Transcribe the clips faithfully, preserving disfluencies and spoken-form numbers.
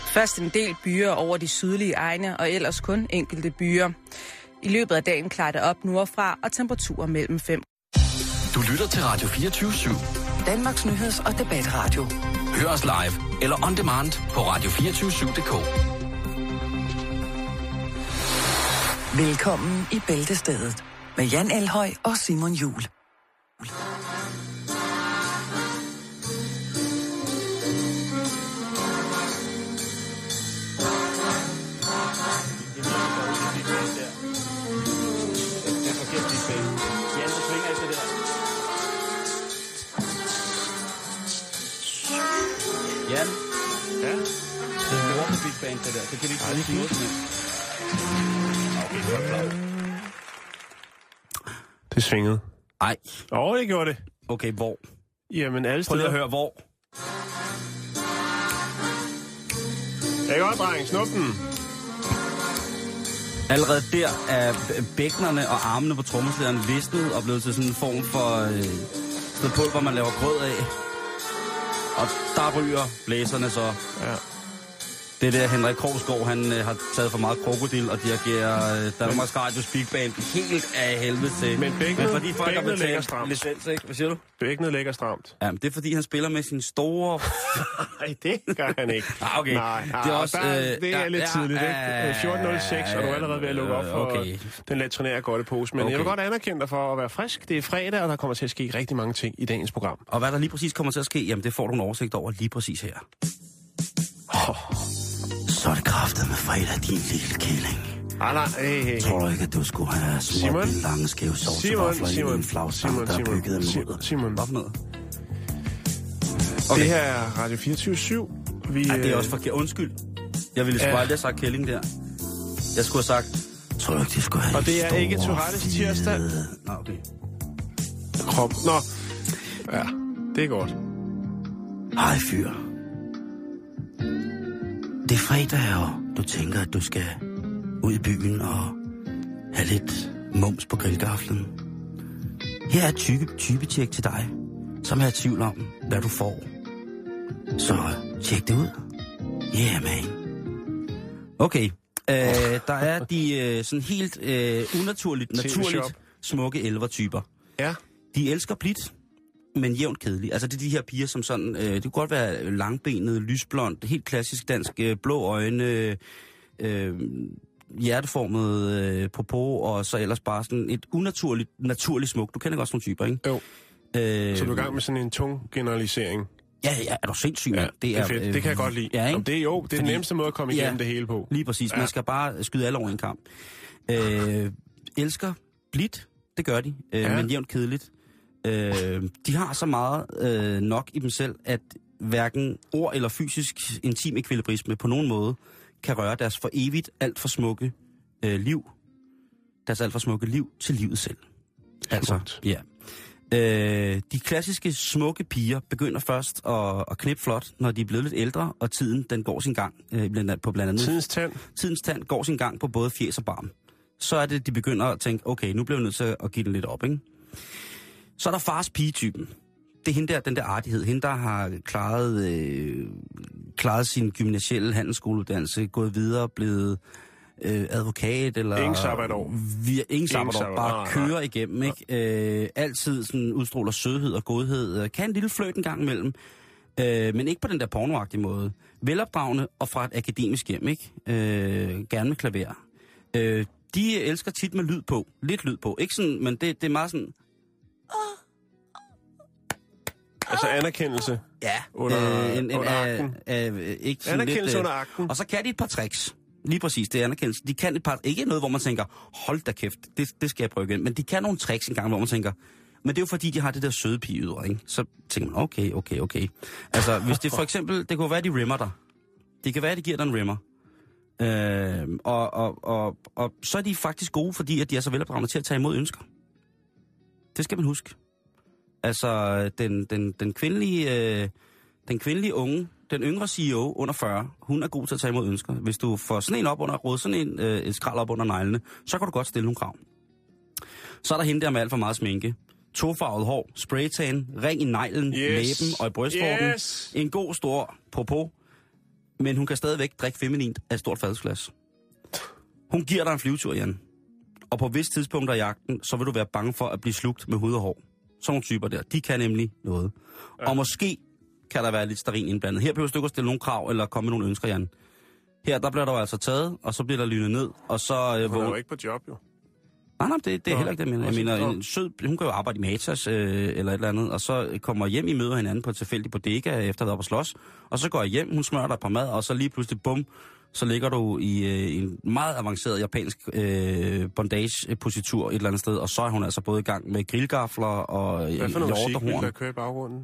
Først en del byer over de sydlige egne, og ellers kun enkelte byer. I løbet af dagen klarer det op nordfra, og temperaturer mellem fem. Du lytter til Radio fireogtyve syv. Danmarks nyheds- og debatradio. Hør os live eller on demand på radio to fire syv punktum d k. Velkommen i Bæltestedet med Jan Elhøj og Simon Juhl. Jan? Ja? Det er lort med Big Bang, det der. Det kan vi ikke bruge til noget som helst. Okay, det var klart. Det svingede. Ej. Åh, oh, det gjorde det. Okay, hvor? Jamen, alle steder. Prøv lige at høre, hvor? Det er godt, dreng. Snup den. Allerede der er bækkenerne og armene på trommeslageren visnet og blevet til sådan en form for øh, noget pulver, man laver grød af. Og der ryger blæserne så. Ja. Det er der, Henrik Krogsgaard, han øh, har taget for meget krokodil og dirigerer øh, Danmarks Radios Big Band helt af helvede til. Men bækkenet, men fordi folk har betalt stramt. Licens, ikke? Hvad siger du? Bækkenet ligger stramt. Ja, men det er fordi, han spiller med sin store... Nej, det gør han ikke. Ah, okay. Nej, nej, det er, også, der, øh, det er ja, lidt ja, tidligt, ikke? Ja, fjorten nul seks, og du er allerede ved at lukke op for okay. den letrinære godtepose. Men okay. Jeg vil godt anerkende dig for at være frisk. Det er fredag, og der kommer til at ske rigtig mange ting i dagens program. Og hvad der lige præcis kommer til at ske, jamen det får du en oversigt over lige præcis her. Oh. Så er det kraftet med fredag, din lille kælling. Ah, nej, hey, hey. Tror du ikke, at du skulle have små lange skæve sovsevafler i en flagstang, der er bygget af modder? Simon, hvad for noget? Okay. Det her er Radio fireogtyve syv. Vi, Ej, det er også forkert. Undskyld. Jeg ville sgu aldrig have sagt kælling der. Jeg skulle have sagt... Tror du ikke, de skulle have... Og det er ikke Tourettes tirsdag. Nå, okay. Krop. Nå. Ja, det er godt. Hej, fyr. Det er fredag, og du tænker, at du skal ud i byen og have lidt mums på grillgaflen. Her er et type, typetjek til dig, som er i tvivl om, hvad du får. Så tjek det ud. Yeah, man. Okay, øh, der er de øh, sådan helt øh, unaturligt, naturligt smukke elvertyper. Ja. De elsker blidt, men jævnt kedelige. Altså det er de her piger, som sådan, øh, det kunne godt være langbenet, lysblond, helt klassisk dansk, øh, blå øjne, øh, hjerteformet øh, popo, og så ellers bare sådan et unaturligt, naturligt smuk. Du kender godt sådan nogle typer, ikke? Jo. Øh, så du er i gang med sådan en tung generalisering? Ja, ja, er du sindssyg, ja, det, det er fedt. Øh, det kan jeg godt lide. Ja, det er jo, det er den nemmeste måde at komme igennem ja, det hele på. Lige præcis. Ja. Man skal bare skyde alle over en kamp. Øh, elsker blidt, det gør de, øh, ja. men jævnt kedeligt. Øh, de har så meget øh, nok i dem selv, at hverken ord eller fysisk intim ekvilibrisme på nogen måde kan røre deres for evigt alt for smukke øh, liv. Deres alt for smukke liv til livet selv. Altså, ja. Øh, de klassiske smukke piger begynder først at, at knippe flot, når de er blevet lidt ældre, og tiden den går sin gang øh, blandt, på blandt andet. Tidens tand? Tidens tand går sin gang på både fjes og barm. Så er det, de begynder at tænke, okay, nu bliver vi nødt til at give den lidt op, ikke? Så er der fars pigetypen. Det er hende der, den der artighed. Hende, der har klaret, øh, klaret sin gymnasielle handelsskoleuddannelse, gået videre, blevet øh, advokat, eller... Ingen sabbatår. Vi, ingen sabbatår, bare nej, kører nej. igennem, ikke? Øh, altid sådan udstråler sødhed og godhed. Kan en lille fløjt en gang imellem, øh, men ikke på den der pornoagtige måde. Velopdragende og fra et akademisk hjem, ikke? Øh, gerne med klaver. Øh, de elsker tit med lyd på. Lidt lyd på. Ikke sådan, men det, det er meget sådan... Altså anerkendelse ja, under, øh, en, en, under af, akten. Af, ikke sådan anerkendelse lidt, under akten. Og så kan de et par tricks. Lige præcis, det er anerkendelse. De kan et par, ikke noget, hvor man tænker, hold da kæft, det, det skal jeg prøve igen. Men de kan nogle tricks en gang, hvor man tænker, men det er jo fordi, de har det der søde pige ydre, ikke? Så tænker man, okay, okay, okay. Altså, hvis det for eksempel, det kunne være, de rimmer dig. Det kan være, de giver dig en rimmer. Øh, og, og, og, og så er de faktisk gode, fordi at de er så velopdragende til at tage imod ønsker. Det skal man huske. Altså, den, den, den, kvindelige, øh, den kvindelige unge, den yngre C E O under fyrre, hun er god til at tage imod ønsker. Hvis du får sådan en op under råd, sådan en øh, et skrald op under neglene, så kan du godt stille nogle krav. Så er der hende der med alt for meget sminke. Tofarvet hår, spraytan, ring i neglen, yes. læben og i brystvorten. Yes. En god stor popo. men hun kan stadigvæk drikke feminint af et stort fadelsglas. Hun giver dig en flyvetur, Jan. Og på visse tidspunkter i jagten, så vil du være bange for at blive slugt med hud og hår. Sådan nogle typer der, de kan nemlig noget. Ja. Og måske kan der være lidt stearin indblandet. Her behøver du ikke at stille nogle krav eller komme med nogle ønsker, Jan. Her, der bliver der altså taget, og så bliver der lynet ned, og så... Øh, hun er jo ikke på job, jo. Nej, nej, det, det er heller ikke det, jeg mener. Jeg mener, en sød, hun kan jo arbejde i Matas øh, eller et eller andet, og så kommer hjem i møder hinanden på et tilfældigt bodega, efter at have været på slås, og så går jeg hjem, hun smører dig på mad, og så lige pludselig, bum, så ligger du i øh, en meget avanceret japansk øh, bondage-positur et eller andet sted, og så er hun altså både i gang med grillgafler og hjortehorn. Hvad for noget musik vil der køre i baggrunden?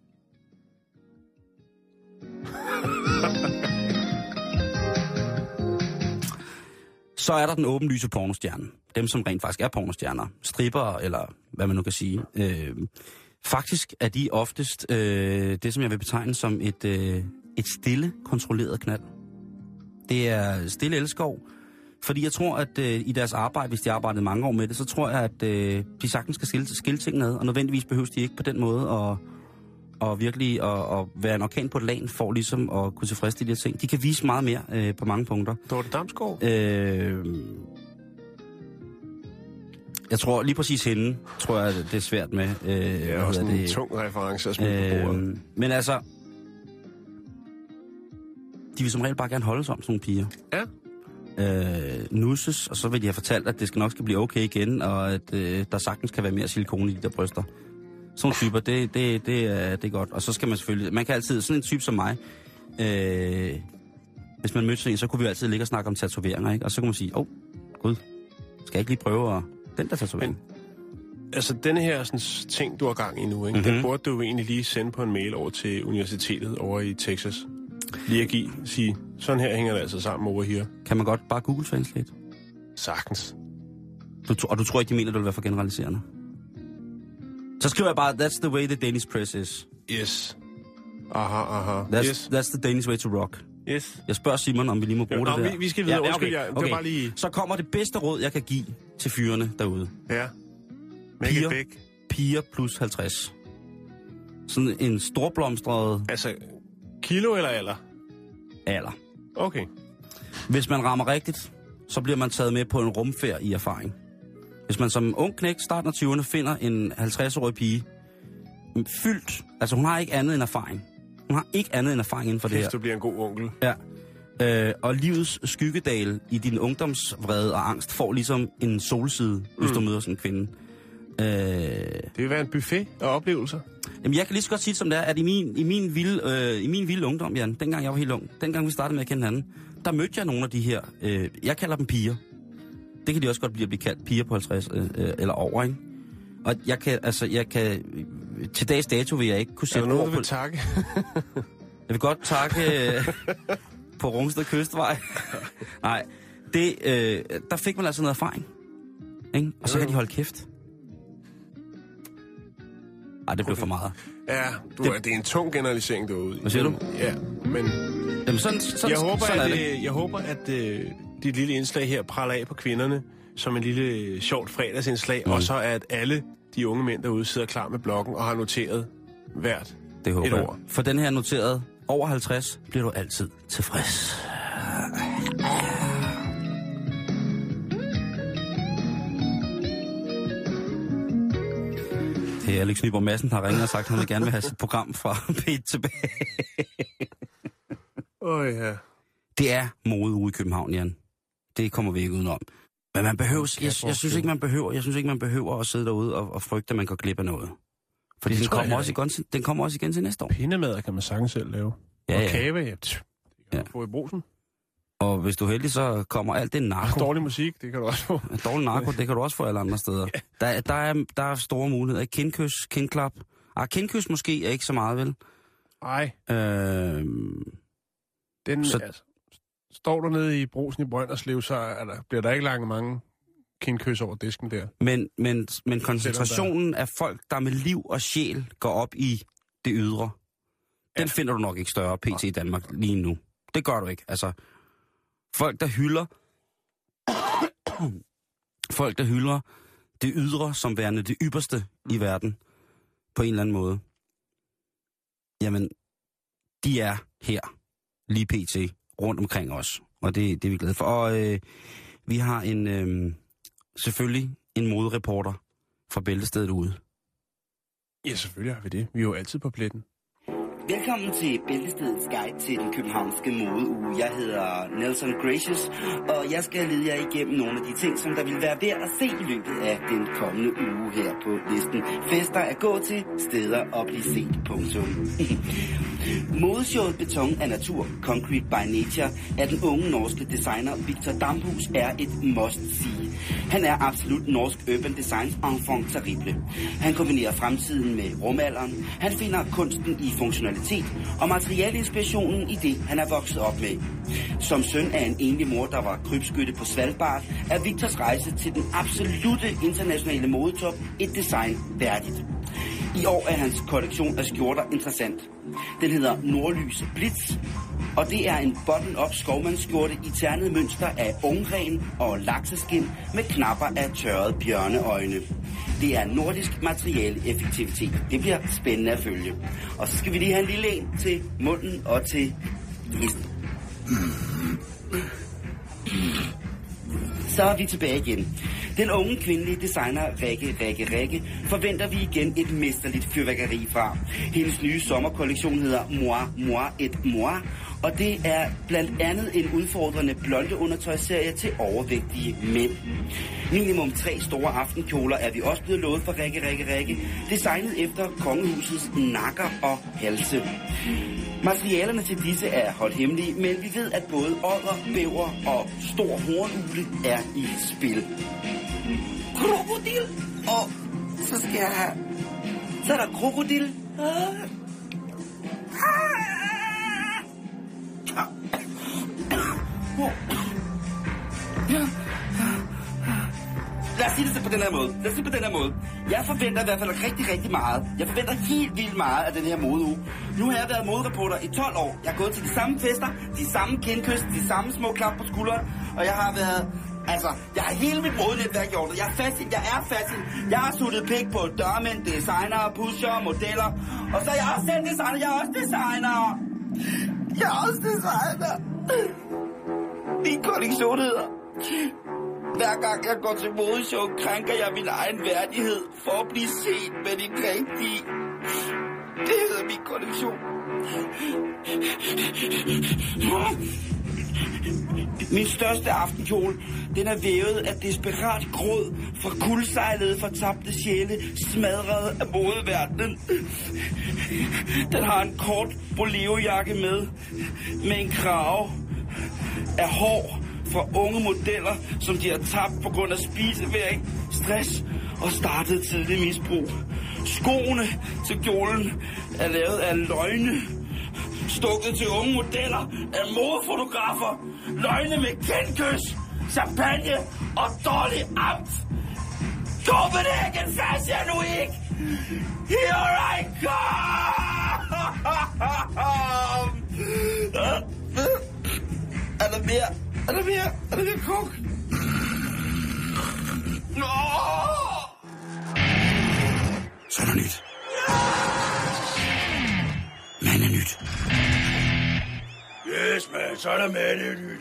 Så er der den åbenlyse pornostjerne. Dem, som rent faktisk er pornostjerner. Stripper, eller hvad man nu kan sige. Øh, faktisk er de oftest øh, det, som jeg vil betegne som et, øh, et stille, kontrolleret knald. Det er stille elskov. Fordi jeg tror, at øh, i deres arbejde, hvis de har arbejdet mange år med det, så tror jeg, at øh, de sagtens skal skille, skille ting ad. Og nødvendigvis behøves de ikke på den måde at, og virkelig at, at være en orkan på et lag, for ligesom at kunne tilfredsstille de her ting. De kan vise meget mere øh, på mange punkter. Dorte Damsgaard? Øh, jeg tror lige præcis hende, tror jeg, det er svært med. Øh, det er også en det? tung reference at smide øh, på bordet. Men altså, de vil som regel bare gerne holde sig om sådan nogle piger. Ja. Øh, nusses, og så vil de have fortalt, at det skal nok skal blive okay igen, og at øh, der sagtens kan være mere silikone i de der bryster. Sådan nogle typer, det, det, det, er, det er godt. Og så skal man selvfølgelig... Man kan altid... Sådan en type som mig... Øh, hvis man mødte en, så kunne vi altid ligge og snakke om tatoveringer, ikke? Og så kunne man sige, åh, oh, gud, skal jeg ikke lige prøve at... Den der tatovering. Men, altså, denne her sådan, ting, du har gang i nu, ikke? Mm-hmm. Den burde du jo egentlig lige sende på en mail over til universitetet over i Texas. Lige at give, sige, sådan her hænger det altså sammen over her. Kan man godt bare Google Translate? Sagtens. Du, og du tror ikke, de mener, det vil være for generaliserende? Så skriver jeg bare, that's the way the Danish press is. Yes. Aha, aha. That's, yes. that's the Danish way to rock. Yes. Jeg spørger Simon, om vi lige må bruge jo, det nå, der. Vi, vi skal videre. Ja, Undskyld, okay. jeg, det okay. var bare lige... Så kommer det bedste råd, jeg kan give til fyrene derude. Ja. Make piger, it big. Piger plus halvtreds. Sådan en storblomstret... Altså, kilo eller alder? Alder. Okay. Hvis man rammer rigtigt, så bliver man taget med på en rumfærd i erfaring. Hvis man som ung knæk, starten af tyverne, finder en halvtreds-årig pige, fyldt, altså hun har ikke andet end erfaring. Hun har ikke andet end erfaring inden for det her. Hvis du bliver en god onkel. Ja. Øh, og livets skyggedal i din ungdomsvrede og angst får ligesom en solside, mm. hvis du møder sådan en kvinde. Øh, det vil være en buffet af oplevelser. Jamen, jeg kan lige så godt sige det som det er, at i min, i min, vilde, øh, i min vilde ungdom, Jan, dengang jeg var helt ung, dengang vi startede med at kende hinanden, der mødte jeg nogle af de her, øh, jeg kalder dem piger. Det kan de også godt blive at blive kaldt piger på halvtreds øh, eller over, ikke? Og jeg kan, altså, jeg kan, til dags dato vil jeg ikke kunne sætte ord på... Er der noget, du vil takke? Jeg vil godt takke øh, på Rungsted Kystvej. Nej, det, øh, der fik man altså noget erfaring, ikke? Og så kan de holde kæft. Ej, det blev for meget. Ja, du, det, det er en tung generalisering derude. Hvad siger du? Ja, men... Jamen, sådan, sådan, jeg, håber, sådan at, er det. Jeg håber, at uh, dit lille indslag her praller af på kvinderne som en lille sjovt fredagsindslag, mm. og så at alle de unge mænd derude sidder klar med blokken og har noteret hvert det håber et jeg. ord. For den her noteret over halvtreds bliver du altid tilfreds. Det er Alex Nyborg Madsen, der har ringet og sagt, at han vil gerne vil have sit program fra P et tilbage. Åh oh, ja. Det er mode ude i København, Jan. Det kommer vi ikke udenom. Men man behøver, jeg, jeg, synes ikke, man behøver, jeg synes ikke, man behøver at sidde derude og, og frygte, at man går glip af noget. Fordi den kommer, også igen, den kommer også igen til næste år. Pindemad kan man sagtens selv lave. Ja, og ja. kage, ja. Det kan ja. du få i brusen. Og hvis du er heldig, så kommer alt det narko. Dårlig musik, det kan du også få. Dårlig narko, det kan du også få alle andre steder. Ja. Der, der, er, der er store muligheder. Kindkys, kindklap. Ah, kindkys måske er ikke så meget, vel? Nej. Øh, Den, så... altså, står du nede i brusen i Brønderslev, så er der, bliver der ikke langt mange kindkys over disken der. Men, men, men koncentrationen af folk, der med liv og sjæl går op i det ydre, ja. Den finder du nok ikke større pt. I Danmark lige nu. Det gør du ikke. Altså, folk, der hylder folk, der hylder det ydre som værende det ypperste i verden, på en eller anden måde, jamen, de er her. lige pt. Rundt omkring os. Og det, det er vi glade for. Og øh, vi har en øh, selvfølgelig en modereporter fra Bæltestedet ude. Ja, selvfølgelig har vi det. Vi er jo altid på pletten. Velkommen til Bæltestedets guide til den københavnske modeuge. Jeg hedder Nelson Gracious, og jeg skal lede jer igennem nogle af de ting, som der vil være værd at se i løbet af den kommende uge her på listen. Fester at gå til, steder at blive set. Punktum. Modeshowet Beton af Natur, Concrete by Nature, af den unge norske designer Victor Damhus er et must-see. Han er absolut norsk urban designs enfant terrible. Han kombinerer fremtiden med rumalderen. Han finder kunsten i funktionalitet og materialeinspirationen i det, han er vokset op med. Som søn af en enlig mor, der var krybskytte på Svalbard, er Victors rejse til den absolute internationale modetop et design værdigt. I år er hans kollektion af skjorter interessant. Den hedder Nordlys Blitz, og det er en button-up skovmandsskjorte i ternet mønster af ungren og lakseskin med knapper af tørrede bjørneøjne. Det er nordisk materialeeffektivitet. Det bliver spændende at følge. Og så skal vi lige have en lille en til munden og til listen. Så er vi tilbage igen. Den unge kvindelige designer Rikke Rikke Rikke forventer vi igen et mesterligt fyrværkeri fra. Hendes nye sommerkollektion hedder Moi, Moi et Moi, og det er blandt andet en udfordrende blonde undertøjsserie til overvægtige mænd. Minimum tre store aftenkjoler er vi også blevet lovet for Rikke Rikke Rikke, designet efter kongehusets nakker og halse. Materialerne til disse er holdt hemmelige, men vi ved, at både odder, bæver og stor hornugle er i spil. Krokodil! Og så skal jeg have... Så er der krokodil. Lad os sige det på den her måde. Lad os sige det på den her måde. Jeg forventer i hvert fald rigtig, rigtig meget. Jeg forventer helt vildt meget af den her modeuge. Nu har jeg været modereporter i tolv år. Jeg har gået til de samme fester, de samme kindkys, de samme små klap på skulderen. Og jeg har været... Altså, jeg har hele mit modenetværk gjort det. Jeg er fast, jeg er fast. Jeg har suttet pik på dørmænd, designer, pusher, modeller. Og så er jeg også selv designer. Jeg er også designer. Jeg er også designer. Min kollektion hedder... Hver gang jeg går til modeshow, krænker jeg min egen værdighed for at blive set med det rigtige. Det hedder min kollektion. Min største aftenkjole, den er vævet af desperat gråd fra kuldsejlede fortabte sjæle, smadret af modeverdenen. Den har en kort boleojakke med, med en krave af hår fra unge modeller, som de har tabt på grund af spiseværing, stress og startet tidlig misbrug. Skoene til kjolen er lavet af løgne, stukket til unge modeller af modefotografer, løgne med kendkys, champagne og dårlig amt. Copenhagen Fashion Week! Here I come! Er der mere? Er der mere? Er der mere kok? Nå! Så er der nyt. Mandenyt. Yes, man, så er der mandenyt.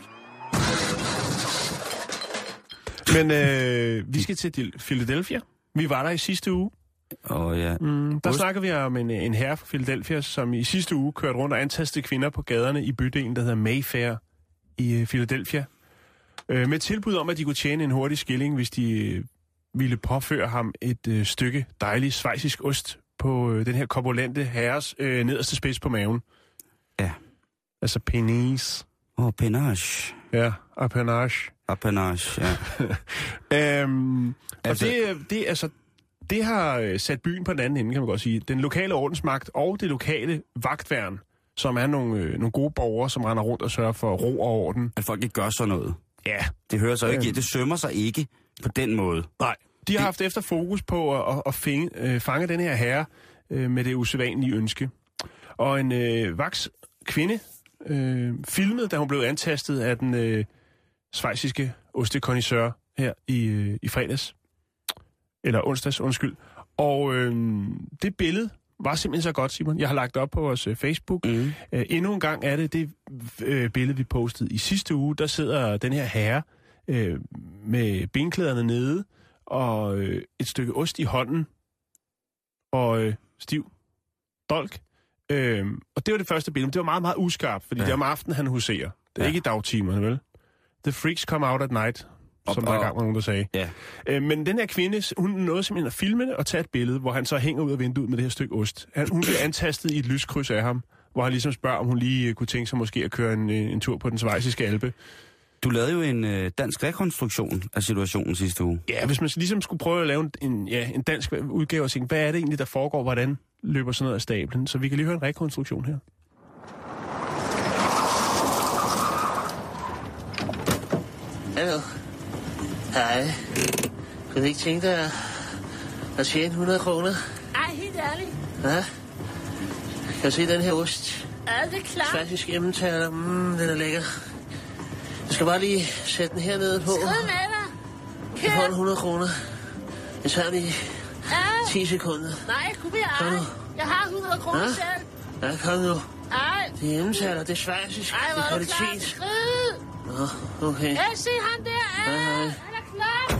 Men øh, vi skal til Philadelphia. Vi var der i sidste uge. Åh oh, ja. Mm, der snakker vi om en, en herre fra Philadelphia, som i sidste uge kørte rundt og antastede kvinder på gaderne i bydelen, der hedder Mayfair i uh, Philadelphia. Uh, med tilbud om, at de kunne tjene en hurtig skilling, hvis de uh, ville påføre ham et uh, stykke dejlig schweizisk ost på uh, den her korpulente herres uh, nederste spids på maven. Ja. Altså penis. Åh, oh, penage. Ja, apanage. Apanage, ja. um, altså... Og det, det, altså, det har sat byen på den anden ende, kan man godt sige. Den lokale ordensmagt og det lokale vagtværn, som er nogle, øh, nogle gode borgere, som render rundt og sørger for ro og orden. At folk ikke gør sådan noget. Ja. Det hører sig ikke, øhm. det sømmer sig ikke på den måde. Nej. De har det... haft efter fokus på at, at, at finge, øh, fange den her herre øh, med det usædvanlige ønske. Og en øh, vaks kvinde øh, filmede, da hun blev antastet af den øh, schweiziske ostekondisør her i, øh, i fredags. Eller onsdags, undskyld. Og øh, det billede var simpelthen så godt, Simon. Jeg har lagt det op på vores uh, Facebook. Mm. Uh, endnu en gang er det det uh, billede, vi postede i sidste uge. Der sidder den her herre uh, med benklæderne nede og uh, et stykke ost i hånden og uh, stiv dolk. Uh, og det var det første billede. Det var meget, meget uskarpt, fordi ja. det er om aftenen, han huserer. Det er ja. ikke i dagtimerne, vel? The freaks come out at night. Som der engang var nogen, der sagde. Ja. Øh, men den her kvinde, hun nåede simpelthen at filme det og tage et billede, hvor han så hænger ud af vinduet med det her stykke ost. Han, hun bliver antastet i et lyskryds af ham, hvor han ligesom spørger, om hun lige kunne tænke sig måske at køre en, en tur på den schweiziske alpe. Du lavede jo en øh, dansk rekonstruktion af situationen sidste uge. Ja, hvis man ligesom skulle prøve at lave en, ja, en dansk udgave og tænke, hvad er det egentlig, der foregår, hvordan løber sådan noget af stablen? Så vi kan lige høre en rekonstruktion her. Hallo. Hej. Kan du ikke tænke dig at tjene hundrede kroner? Ej, helt ærligt. Ja? Kan du se den her ost? Ja, det er klart. Klassisk emmentaler. Mm, den er lækker. Du skal bare lige sætte den hernede på. Skrid med dig. Du får en hundrede kroner. Det tager lige ja. ti sekunder. Nej, kunne vi ej. Jeg har hundrede kroner ja? selv. Ja, kom nu. Ej. Det er emmentaler, det er schweizisk. Ej, hvor er du klar. Skrid. Nå, okay. Ja, se ham der. Ja, hej, hej. Han er klar.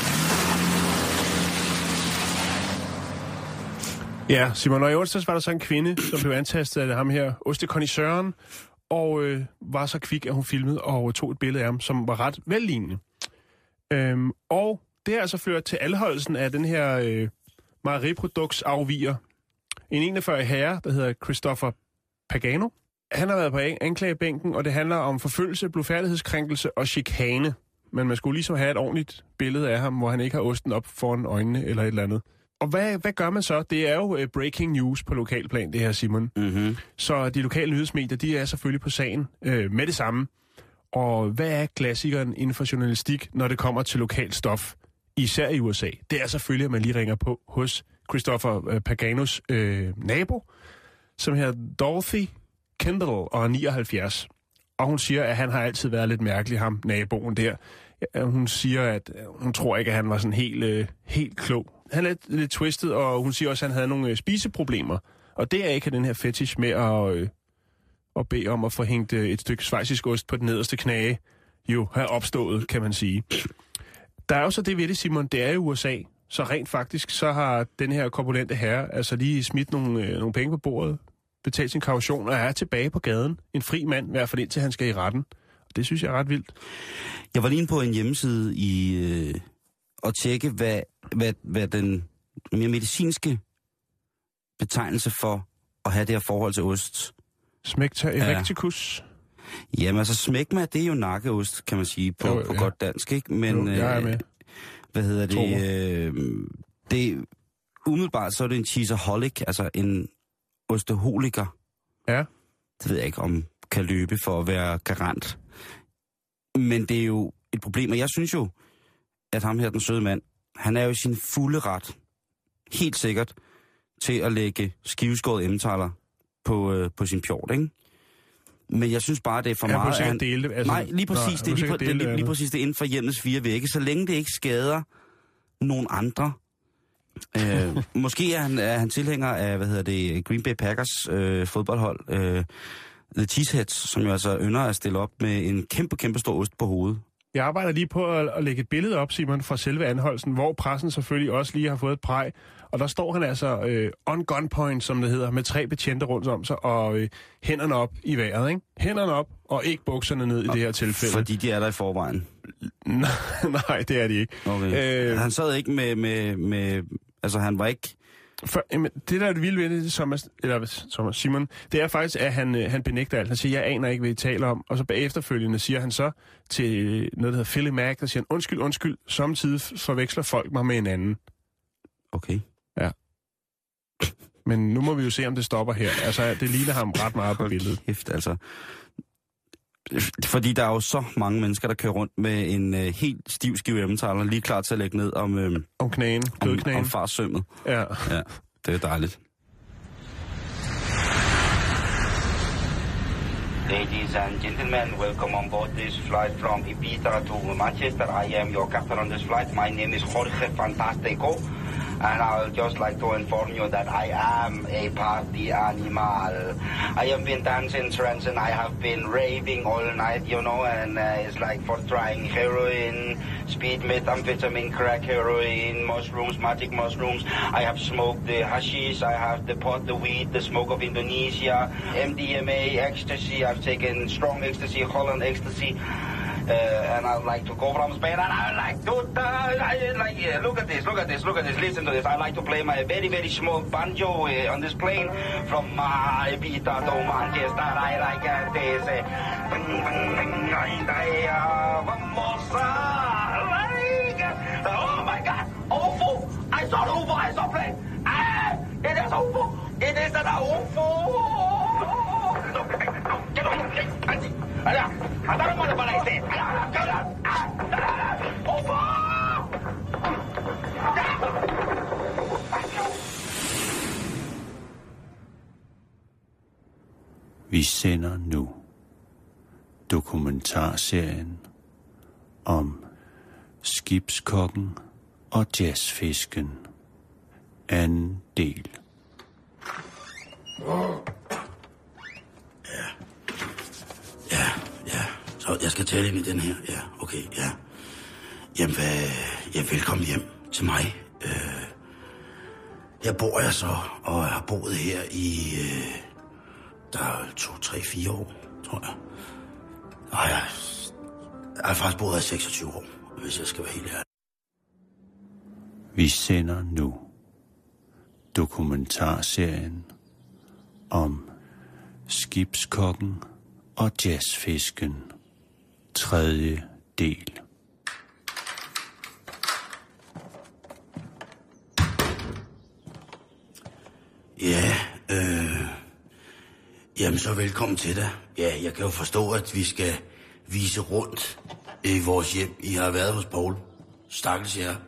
Ja, Simon, og i onsdags var der så en kvinde, som blev antastet af ham her, ostekondisøren, og øh, var så kvik, at hun filmede og tog et billede af ham, som var ret vellignende. Øhm, og det har altså ført til anholdelsen af den her øh, mejeriproduktsafviger. En enogfyrre herre, der hedder Christopher Pagano. Han har været på anklagebænken, og det handler om forfølgelse, blodfærdighedskrænkelse og chikane. Men man skulle ligesom have et ordentligt billede af ham, hvor han ikke har osten op foran øjnene eller et eller andet. Og hvad, hvad gør man så? Det er jo uh, breaking news på lokalplan, det her, Simon. Mm-hmm. Så de lokale nyhedsmedier, de er selvfølgelig på sagen uh, med det samme. Og hvad er klassikeren inden for journalistik, når det kommer til lokalt stof, især i U S A? Det er selvfølgelig, at man lige ringer på hos Christopher uh, Paganos uh, nabo, som hedder Dorothy Kendall og er nioghalvfjerds. Og hun siger, at han har altid været lidt mærkelig, ham naboen der. Hun siger, at hun tror ikke, at han var sådan helt, øh, helt klog. Han er lidt, lidt twistet, og hun siger også, at han havde nogle øh, spiseproblemer. Og det er ikke den her fetish med at, øh, at bede om at få hængt øh, et stykke schweizisk ost på den nederste knage, jo har opstået, kan man sige. Der er jo så det ved det, Simon, det er i U S A. Så rent faktisk, så har den her korpulente herre altså lige smidt nogle, øh, nogle penge på bordet, betalt sin kaution og er tilbage på gaden. En fri mand, i hvert fald indtil han skal i retten. Og det synes jeg er ret vildt. Jeg var lige inde på en hjemmeside i øh, at tjekke, hvad, hvad, hvad den mere medicinske betegnelse for at have det her forhold til ost. Smecta erecticus. Ja. Jamen altså, smegma, det er jo nakkeost, kan man sige, på, jo, på ja. godt dansk, ikke? Men, jo, jeg er med. Øh, hvad hedder det? Øh, det umiddelbart så er det en cheesaholic, altså en osteholiker. Ja. Det ved jeg ikke, om kan løbe for at være garant. Men det er jo et problem, og jeg synes jo, at ham her, den søde mand, han er jo i sin fulde ret, helt sikkert, til at lægge skiveskåret emmentaler på, øh, på sin pjort, ikke? Men jeg synes bare, det er for jeg meget... Jeg han... dele det. Altså... Nej, lige præcis, Nå, det, er lige, det, er lige, lige præcis det inden for hjemmets fire vægge, så længe det ikke skader nogen andre. øh, måske er han, er han tilhænger af, hvad hedder det, Green Bay Packers øh, fodboldhold, øh, The Cheeseheads, som jo altså ynder at stille op med en kæmpe, kæmpe stor ost på hovedet. Jeg arbejder lige på at, at lægge et billede op, Simon, fra selve anholdelsen, hvor pressen selvfølgelig også lige har fået et præg. Og der står han altså øh, on gunpoint, som det hedder, med tre betjente rundt om sig, og øh, hænderne op i vejret, ikke? Hænderne op, og ikke bukserne ned i og det her tilfælde. Fordi de er der i forvejen? Nej, det er de ikke. Okay. Øh, han sad ikke med, med, med... Altså, han var ikke... For, jamen, det der er det vilde ved det, Thomas, eller Thomas, Simon, det er faktisk, at han, han benægter alt. Han siger, jeg aner ikke, hvad I taler om. Og så bagefterfølgende siger han så til noget, der hedder Philly Mac, der siger han, undskyld, undskyld, samtidig forveksler folk mig med en anden. Okay. Ja. Men nu må vi jo se, om det stopper her. Altså, det ligner ham ret meget på billedet. Kæft, altså. Fordi der er jo så mange mennesker, der kører rundt med en øh, helt stiv skive emmentaler, lige klar til at lægge ned om... Øh, om knæen, om, om farssømmet. Ja. Ja, det er dejligt. Ladies and gentlemen, welcome on board this flight from Ibiza to Manchester. I am your captain on this flight. My name is Jorge Fantastico. And I'll just like to inform you that I am a party animal. I have been dancing trance and I have been raving all night, you know, and uh, it's like for trying heroin, speed, methamphetamine, crack, heroin, mushrooms, magic mushrooms. I have smoked the hashish, I have the pot, the weed, the smoke of Indonesia, M D M A, ecstasy. I've taken strong ecstasy, Holland ecstasy. Uh, and I'd like to go from Spain, and I like to, uh, I like, yeah, look at this, look at this, look at this, listen to this. I like to play my very, very small banjo uh, on this plane from uh, Ibiza to Manchester. I like uh, this. Uh, vamos a, like, uh, oh my God, U F O! I saw an U F O, I saw a plane. Ah, it is U F O! It is an U F O! Get on, get on, I don't want to what I said. Over! Vi sender nu dokumentarserien om skibskokken og jazzfisken. Anden del. Ja. Ja, ja. Så jeg skal tale ind i den her. Ja, okay, ja. Jamen, hvad, ja, velkommen hjem til mig. Øh, her bor jeg så, og jeg har boet her i, øh, der er to, tre, fire år, tror jeg. Og jeg, jeg har faktisk boet her i seksogtyve år, hvis jeg skal være helt ærlig. Vi sender nu dokumentarserien om skibskokken og jazzfisken. Tredje del. Ja, øh... Jamen så velkommen til dig. Ja, jeg kan jo forstå, at vi skal vise rundt i vores hjem. I har været hos Poul. Stakkels jer.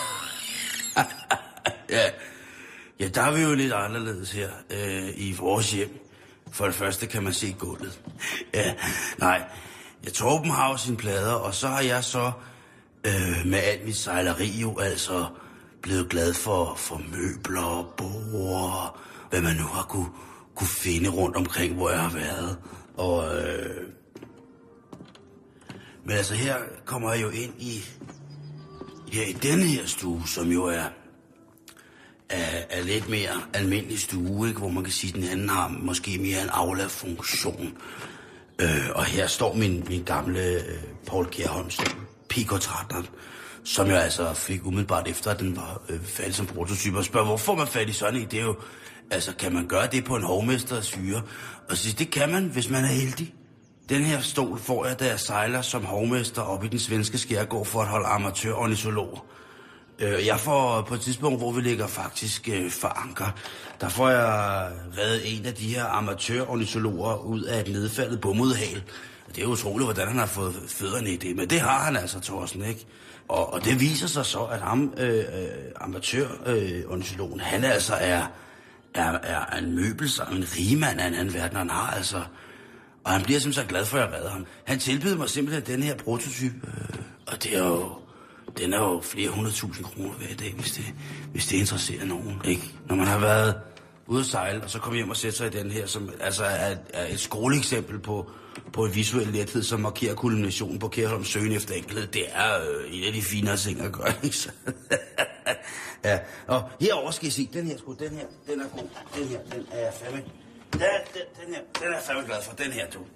ja. ja, der er vi jo lidt anderledes her øh, i vores hjem. For det første kan man se gulvet. ja, nej. Jeg Torben har jo sine plader, og så har jeg så øh, med alt mit sejleri jo altså blevet glad for, for møbler, borde, hvad man nu har kunne, kunne finde rundt omkring, hvor jeg har været. Og, øh, men altså her kommer jeg jo ind i, ja, i denne her stue, som jo er, er, er lidt mere almindelig stue, ikke? Hvor man kan sige, at den anden har måske mere en aula-funktion. Øh, og her står min, min gamle øh, Paul Kjærholms Pico tretten, som jeg altså fik umiddelbart efter, at den var øh, færdig som prototype. Og spørger, hvorfor man fat i sådan en? Det er jo, altså kan man gøre det på en hovmesters hyre? Og så det kan man, hvis man er heldig. Den her stol får jeg, da jeg sejler som hovmester op i den svenske skærgård for at holde amatør-ornitologer. Øh, jeg får på et tidspunkt, hvor vi ligger faktisk øh, for anker, der får jeg reddet en af de her amatør-ornitologer ud af et nedfaldet bomudhal. Det er jo utroligt, hvordan han har fået fødderne i det, men det har han altså, Thorsten, ikke? Og, og det viser sig så, at ham, øh, øh, amatør-ornitologen, øh, han altså er, er, er en møbelsam, en rigmand af en anden verden, han har altså. Og han bliver simpelthen så glad for, at jeg redder ham. Han tilbyder mig simpelthen den her prototype, øh, og det er jo... Den er jo flere hundredtusind kroner hver dag, hvis det, hvis det interesserer nogen, ikke? Når man har været ude at sejle, og så kommer hjem og sætter sig i den her, som altså er, er et skoleeksempel på, på en visuel lethed, som markerer kulminationen på Kjærholms søgen efter enkelhed. Det er øh, en af de finere ting at gøre, ikke? ja, og herover skal I se, den her, sgu, den her, den er god. Den her, den er jeg fandme... Den, den, den her, den er jeg fandme glad for, den her, du.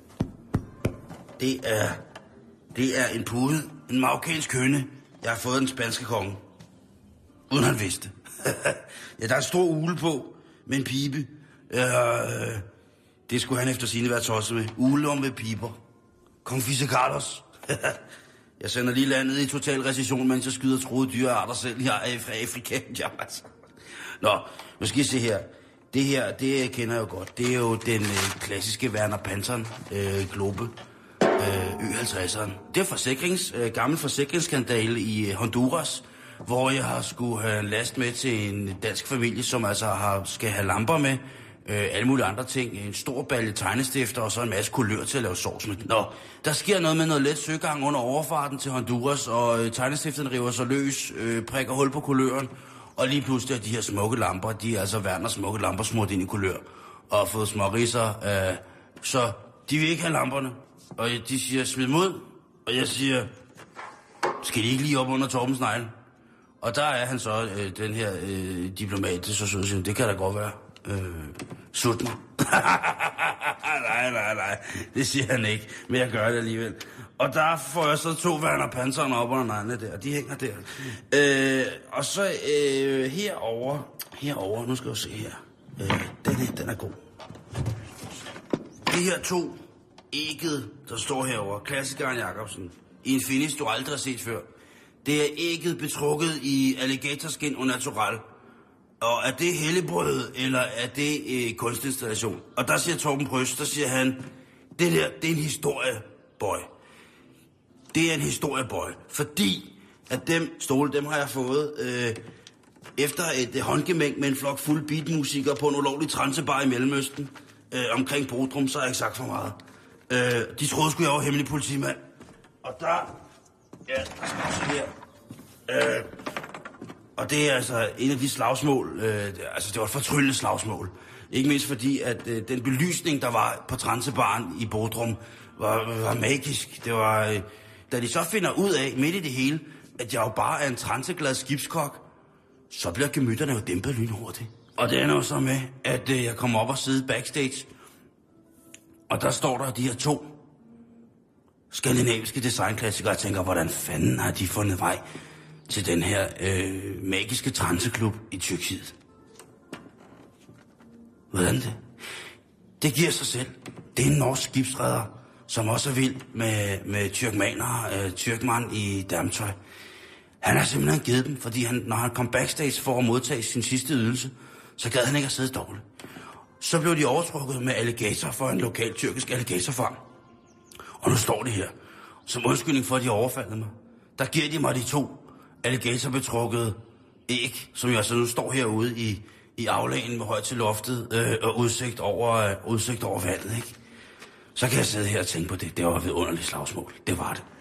Det er... Det er en pude, en marokkansk høne. Jeg har fået den spanske konge. Uden han vidste. ja, der er en stor ule på, med en pibe. Øh, det skulle han efter sine være tosset med. Ule om med piber. Kong Fisse Carlos. jeg sender lige landet i total recession, mens jeg skyder troede dyrearter selv. Jeg er fra Afrika. Jamen, altså. Nå, nu skal I se her. Det her, det kender jeg jo godt. Det er jo den øh, klassiske Werner Panton øh, Globe. Ø halvtredseren. Det er forsikrings, øh, gammel forsikringsskandale i Honduras, hvor jeg har skulle have en last med til en dansk familie, som altså har, skal have lamper med, øh, alle mulige andre ting, en stor balje tegnestifter og så en masse kulør til at lave sovs med. Nå, der sker noget med noget let søgang under overfarten til Honduras, og øh, tegnestifteren river sig løs, øh, prikker hul på kuløren, Og lige pludselig er de her smukke lamper, de er altså Werners smukke lamper smurt ind i kulør. Og har fået små ridser. Øh, så de vil ikke have lamperne. Og de siger, smid dem ud. Og jeg siger, skal de ikke lige op under Torbens negle? Og der er han så, øh, den her øh, diplomat, det, så, så, så, det kan da godt være. Øh, sut mig. nej, nej, nej. Det siger han ikke, men jeg gør det alligevel. Og der får jeg så to Werner Panzeren op under neglene der, og de hænger der. Øh, og så øh, herover, herover, nu skal du se her. Øh, den her, den er god. De her to ægget, der står herover, klassikeren Jacobsen, i en finish, du aldrig har set før. Det er ægget betrukket i alligatorskin og natural. Og er det helligbrød, eller er det øh, kunstinstallation? Og der siger Torben Brøs, der siger han, det der, det er en historiebøj. Det er en historiebøj, fordi at dem stole, dem har jeg fået øh, efter et øh, håndgemæng med en flok fuld beatmusikere på en ulovlig transebar i Mellemøsten. Øh, omkring Bodrum, så har jeg ikke sagt for meget. Øh, de troede sgu, jeg var hemmelig politimand. Og der, ja, der skal også her. Øh, og det er altså en af de slagsmål, øh, altså det var et fortryllende slagsmål. Ikke mindst fordi, at øh, den belysning, der var på transebaren i Bodrum, var, var magisk. Det var, øh, da de så finder ud af, midt i det hele, at jeg jo bare er en transeglad skibskok, så bliver gemytterne jo dæmpet lynhurtigt. Og det ender jo så med, at øh, jeg kommer op og sidder backstage, og der står der de her to skandinaviske designklassikere, og jeg tænker, hvordan fanden har de fundet vej til den her øh, magiske transeklub i Tyrkiet? Hvordan det? Det giver sig selv. Det er en norsk skibsredder, som også er vild med, med tyrkmanere, øh, tyrkmand i dametøj. Han har simpelthen givet dem, fordi han, når han kom backstage for at modtage sin sidste ydelse, så gad han ikke at sidde dårligt. Så blev de overtrukket med alligator for en lokal tyrkisk alligatorfarm. Og nu står de her. Som undskyldning for, at de overfaldet mig. Der giver de mig de to alligatorbetrukkede æg, som jeg så nu står herude i, i aflagen med højt til loftet øh, og udsigt over, øh, udsigt over vandet, ikke? Så kan jeg sidde her og tænke på det. Det var et vidunderligt slagsmål. Det var det.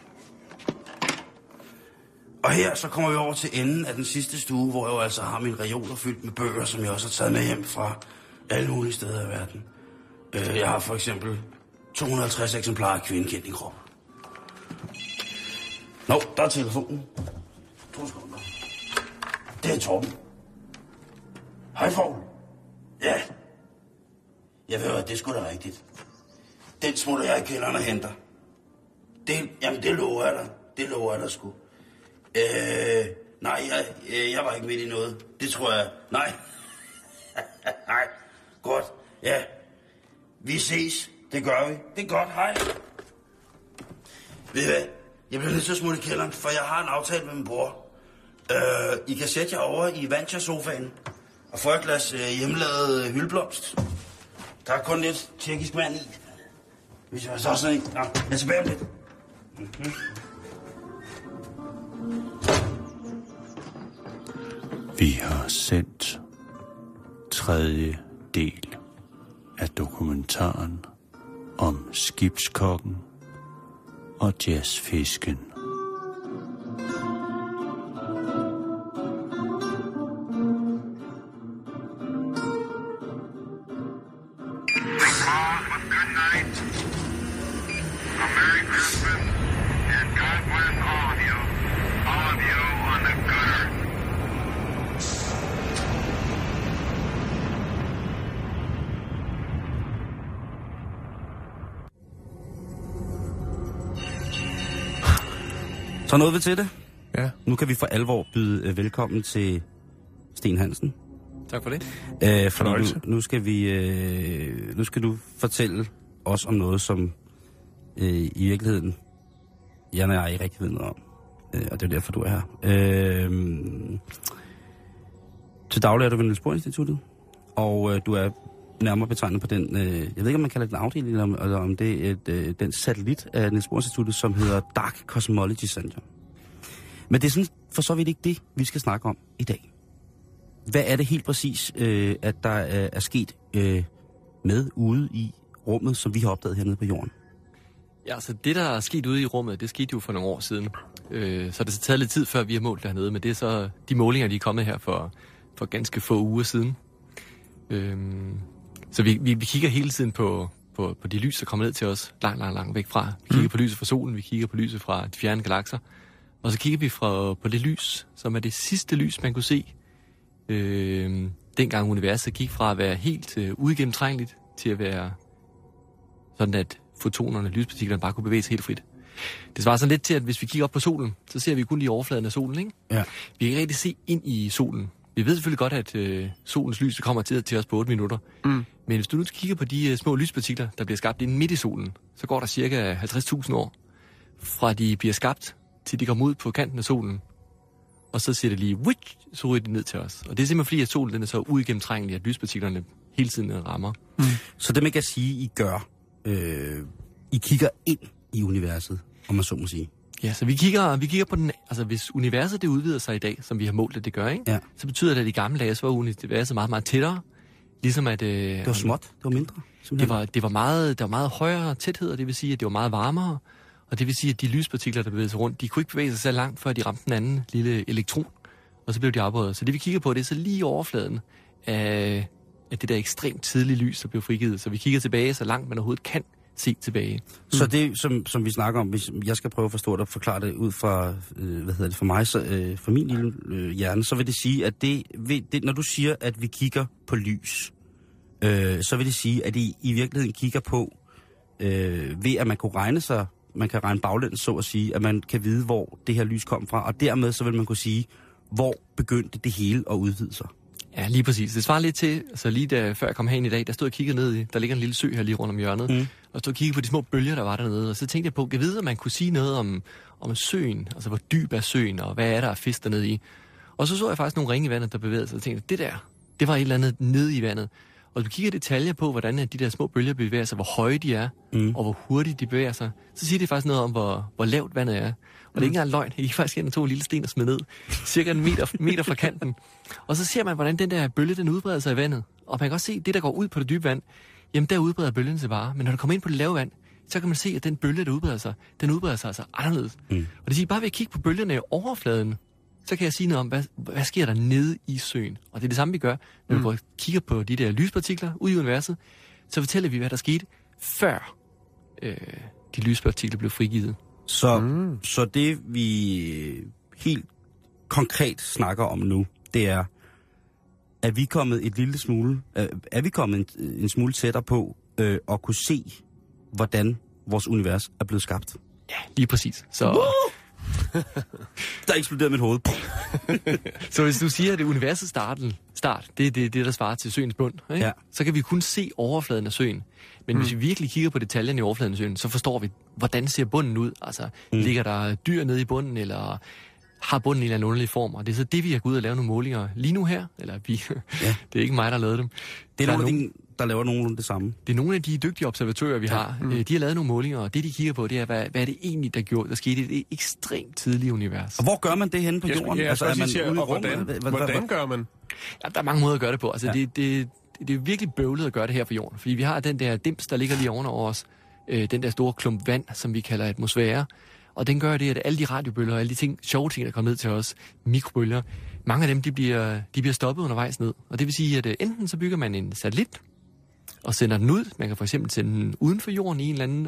Og her så kommer vi over til enden af den sidste stue, hvor jeg jo altså har min reoler fyldt med bøger, som jeg også har taget med hjem fra alle mulige steder i verden. Øh, jeg har for eksempel to hundrede og halvtreds eksemplarer af Kvinden kendt i krop. Nå, der er telefonen. To sekunder. Det er Torben. Hej, Fogl. Ja. Jeg ved, at det er sgu da rigtigt. Den smutter jeg i kælderen og henter. Det, jamen, det lover jeg dig. Det lover jeg dig sgu. Øh, nej, jeg, jeg var ikke midt i noget. Det tror jeg. Nej. Nej. Godt. Ja. Vi ses. Det gør vi. Det er godt. Hej. Ved I hvad? Jeg bliver nødt til at smutte i kælderen, for jeg har en aftale med min bror. Øh, I kan sætte jer over i Vantja-sofaen og få et glas øh, hjemmelavet øh, hyldeblomst. Der er kun lidt tjekkisk vand i. Hvis jeg så sådan en. Nå, jeg er tilbage om lidt. Mm-hmm. Vi har sendt tredje del af dokumentaren om skibskokken og jazzfisken. Så nåede vi til det. Ja. Nu kan vi for alvor byde velkommen til Sten Hansen. Tak for det. Æh, fordi nu, nu skal vi, øh, nu skal du fortælle os om noget, som øh, i virkeligheden Jan og jeg ikke rigtig ved noget om. Øh, og det er derfor, du er her. Øh, til daglig er du ved Niels Bohr Instituttet, og øh, du er nærmere betegnet på den, øh, jeg ved ikke, om man kalder det en afdeling, eller om, eller om det er et, øh, den satellit af Niels Bohr Instituttet, som hedder Dark Cosmology Center. Men det er sådan for så vidt ikke det, vi skal snakke om i dag. Hvad er det helt præcis, øh, at der er, er sket øh, med ude i rummet, som vi har opdaget hernede på jorden? Ja, altså det, der er sket ude i rummet, det skete jo for nogle år siden. Øh, så det har taget lidt tid, før vi har målt dernede, men det er så de målinger, de er kommet her for, for ganske få uger siden. Øh, så vi, vi, vi kigger hele tiden på, på, på de lys, der kommer ned til os langt, langt, langt væk fra. Vi kigger mm. på lyset fra solen, vi kigger på lyset fra de fjerne galakser, og så kigger vi fra, på det lys, som er det sidste lys, man kunne se. Øh, dengang universet gik fra at være helt øh, uigennemtrængeligt til at være sådan, at fotonerne, lyspartiklerne, bare kunne bevæge sig helt frit. Det svarer sådan lidt til, at hvis vi kigger op på solen, så ser vi kun lige overfladen af solen, ikke? Ja. Vi kan ikke rigtig se ind i solen. Vi ved selvfølgelig godt, at øh, solens lys kommer til, til os på otte minutter. Mm. Men hvis du nu kigger på de øh, små lyspartikler, der bliver skabt inde midt i solen, så går der cirka halvtreds tusind år, fra de bliver skabt, til de kommer ud på kanten af solen. Og så siger det lige, witch, så ryger de ned til os. Og det er simpelthen fordi, at solen den er så uigennemtrængelig, at lyspartiklerne hele tiden rammer. Mm. Så det man kan sige, I gør, øh, I kigger ind i universet, om man så må sige. Ja, så vi kigger, vi kigger på den, altså hvis universet det udvider sig i dag, som vi har målt, at det gør, ikke? Ja. Så betyder det, at i gamle dage, så var universet meget, meget tættere. Ligesom at... Øh, det var småt, det var mindre. Det var, det var meget, der var meget højere tæthed, og det vil sige, at det var meget varmere. Og det vil sige, at de lyspartikler, der bevæger sig rundt, de kunne ikke bevæge sig så langt, før de ramte den anden lille elektron. Og så blev de afbrudt. Så det vi kigger på, det er så lige overfladen af, af det der ekstremt tidlige lys, der blev frigivet. Så vi kigger tilbage, så langt man overhovedet kan se tilbage. Så det, som, som vi snakker om, hvis jeg skal prøve at forstå det og forklare det ud fra, øh, hvad hedder det, for mig, så, øh, for min lille øh, hjerne, så vil det sige, at det, ved, det, når du siger, at vi kigger på lys, øh, så vil det sige, at I i virkeligheden kigger på, øh, ved at man kunne regne sig, man kan regne baglæns, så at sige, at man kan vide, hvor det her lys kom fra, og dermed så vil man kunne sige, hvor begyndte det hele at udvide sig. Ja, lige præcis. Det svarer lidt til, altså lige da, før jeg kom herind i dag, der stod jeg og kiggede ned i, der ligger en lille sø her lige rundt om hjørnet, mm. og stod og kiggede på de små bølger, der var dernede, og så tænkte jeg på, kan vide, at man kunne sige noget om, om søen, altså hvor dyb er søen, og hvad er der af fisk dernede i. Og så så jeg faktisk nogle ringe i vandet, der bevægede sig, og tænkte, det der, det var et eller andet nede i vandet. Og hvis vi kigger detaljer på, hvordan de der små bølger bevæger sig, hvor høje de er, mm. og hvor hurtigt de bevæger sig, så siger det faktisk noget om, hvor, hvor lavt vandet er. Og det er ikke engang løgn. Jeg gik faktisk ind og tog en lille sten og smed ned, cirka en meter, meter fra kanten. Og så ser man, hvordan den der bølge, den udbreder sig i vandet. Og man kan også se, det der går ud på det dybe vand, jamen der udbreder bølgen sig bare. Men når du kommer ind på det lave vand, så kan man se, at den bølge, der udbreder sig, den udbreder sig altså anderledes. Mm. Og det siger, bare ved at kigge på bølgerne i overfladen, så kan jeg sige noget om, hvad, hvad sker der nede i søen. Og det er det samme, vi gør, når mm. vi kigger på de der lyspartikler ude i universet. Så fortæller vi, hvad der skete, før øh, de lyspartikler blev frigivet. Så, mm. så det, vi helt konkret snakker om nu, det er, er vi kommet et lille smule, er vi kommet en, en smule tættere på øh, at kunne se, hvordan vores univers er blevet skabt? Ja, lige præcis. Så... Der eksploderede mit hoved. Så hvis du siger, at det er universets starten, start, det er det, det, der svarer til søens bund, ikke? Ja. Så kan vi kun se overfladen af søen. Men mm. hvis vi virkelig kigger på detaljerne i overfladen af søen, så forstår vi, hvordan ser bunden ud. Altså, mm. ligger der dyr nede i bunden, eller har bunden en eller anden underlig form? Og det er så det, vi har gået ud og lavet nogle målinger lige nu her. Eller vi. Ja. Det er ikke mig, der har lavet dem. Det er der nogle, nogen, der laver nogenlunde det samme. Det er nogle af de dygtige observatører, vi ja. har. Mm. De har lavet nogle målinger, og det, de kigger på, det er, hvad, hvad er det egentlig, der gjorde, der skete i et ekstremt tidligt univers. Og hvor gør man det henne på jorden? Ja, altså, er man siger, ude i hvordan, hvordan, hvordan gør man? Ja, der er mange måder at gøre det på. Altså, ja. det, det, det er virkelig bøvlet at gøre det her på jorden. Fordi vi har den der dims, der ligger lige ovenover os. Øh, den der store klump vand, som vi kalder atmosfære. Og den gør det, at alle de radiobølger og alle de ting, sjove ting, der kommer ned til os, mikrobølger, mange af dem, de bliver, de bliver stoppet undervejs ned. Og det vil sige, at uh, enten så bygger man en satellit, og sender den ud. Man kan for eksempel sende den uden for jorden i en eller anden,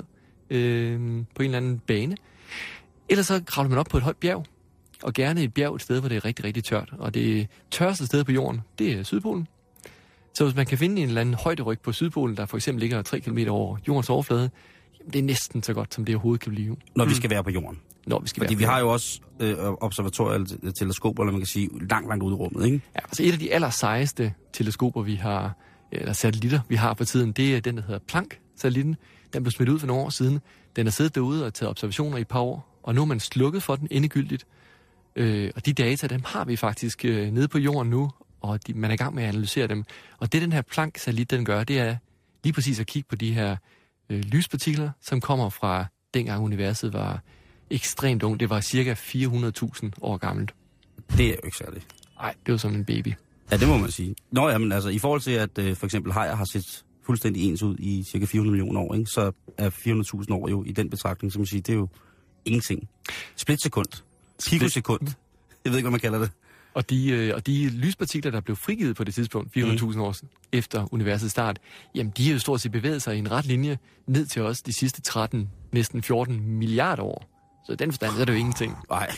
øh, på en eller anden bane. Eller så kravler man op på et højt bjerg, og gerne et bjerg et sted, hvor det er rigtig, rigtig tørt. Og det tørste sted på jorden, det er Sydpolen. Så hvis man kan finde en eller anden højderyg på Sydpolen, der for eksempel ligger tre kilometer over jordens overflade, det er næsten så godt, som det overhovedet kan blive. Når vi skal være på jorden. Når vi skal Fordi være vi har jo også øh, observatorier eller teleskoper, eller man kan sige, langt, langt ude i rummet, ikke? Ja, altså et af de allersejeste teleskoper, vi har, eller satellitter, vi har for tiden, det er den, der hedder Planck-satellitten. Den blev smidt ud for nogle år siden. Den har siddet derude og taget observationer i et par år, og nu er man slukket for den endegyldigt. Øh, og de data, dem har vi faktisk øh, nede på jorden nu, og de, man er i gang med at analysere dem. Og det, den her Planck-satellit, den gør, det er lige præcis at kigge på de her øh, lyspartikler, som kommer fra dengang universet var ekstremt ung. Det var cirka fire hundrede tusind år gammelt. Det er jo ikke særligt. Nej, det var som en baby. Ja, det må man sige. Nå ja, men altså i forhold til, at øh, for eksempel hajer har set fuldstændig ens ud i cirka fire hundrede millioner år, ikke? Så er fire hundrede tusind år jo i den betragtning, som man siger, det er jo ingenting. Split sekund. Pikosekund. Jeg ved ikke, hvad man kalder det. Og de, øh, og de lyspartikler, der blev frigivet på det tidspunkt, fire hundrede tusind mm. år efter universets start, jamen de har jo stort set bevæget sig i en ret linje ned til os de sidste tretten, næsten fjorten milliarder år. Så i den forstand så er det jo ingenting. Nej.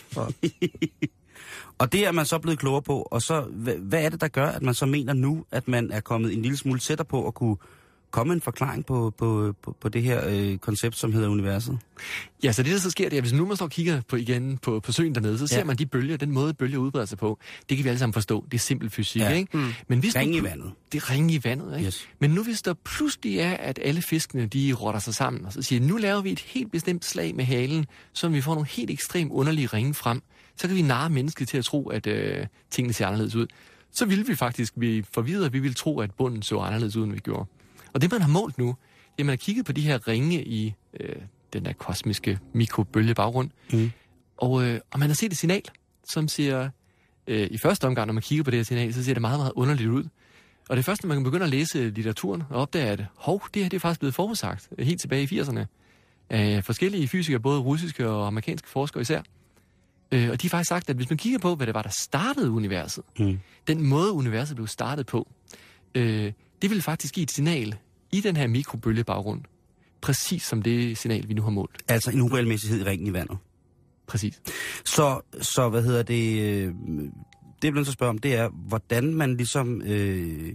Og det er man så blevet klogere på, og så, hvad, hvad er det, der gør, at man så mener nu, at man er kommet en lille smule tættere på at kunne komme en forklaring på, på, på, på det her øh, koncept, som hedder universet? Ja, så det der så sker, det er, hvis nu man står og kigger på, igen på, på søen dernede, så ser ja. man de bølger, den måde bølger udbreder sig på. Det kan vi alle sammen forstå. Det er simpel fysik, ja. ikke? Mm. Men hvis ring nu, i vandet. Det er ring i vandet, ikke? Yes. Men nu hvis der pludselig er, at alle fiskene, de rotter sig sammen, og så siger, nu laver vi et helt bestemt slag med halen, så vi får nogle helt ekstremt underlige ringe frem, så kan vi narre mennesket til at tro, at øh, tingene ser anderledes ud. Så ville vi faktisk blive forvirret, vi ville tro, at bunden så anderledes ud, end vi gjorde. Og det, man har målt nu, det er, man har kigget på de her ringe i øh, den der kosmiske mikrobølgebaggrund, mm. og, øh, og man har set et signal, som siger, øh, i første omgang, når man kigger på det her signal, så ser det meget, meget underligt ud. Og det første, når man kan begynde at læse litteraturen og opdage, at hov, det her det er faktisk blevet forudsagt helt tilbage i firserne af forskellige fysikere, både russiske og amerikanske forskere især. Øh, og de har faktisk sagt, at hvis man kigger på, hvad det var, der startede universet, mm. den måde, universet blev startet på, øh, det vil faktisk give et signal i den her mikrobølgebaggrund, præcis som det signal, vi nu har målt. Altså en uregelmæssighed i ringen i vandet? Præcis. Så, så hvad hedder det, øh, det jeg bliver nødt til at spørge om, det er, hvordan man ligesom, øh,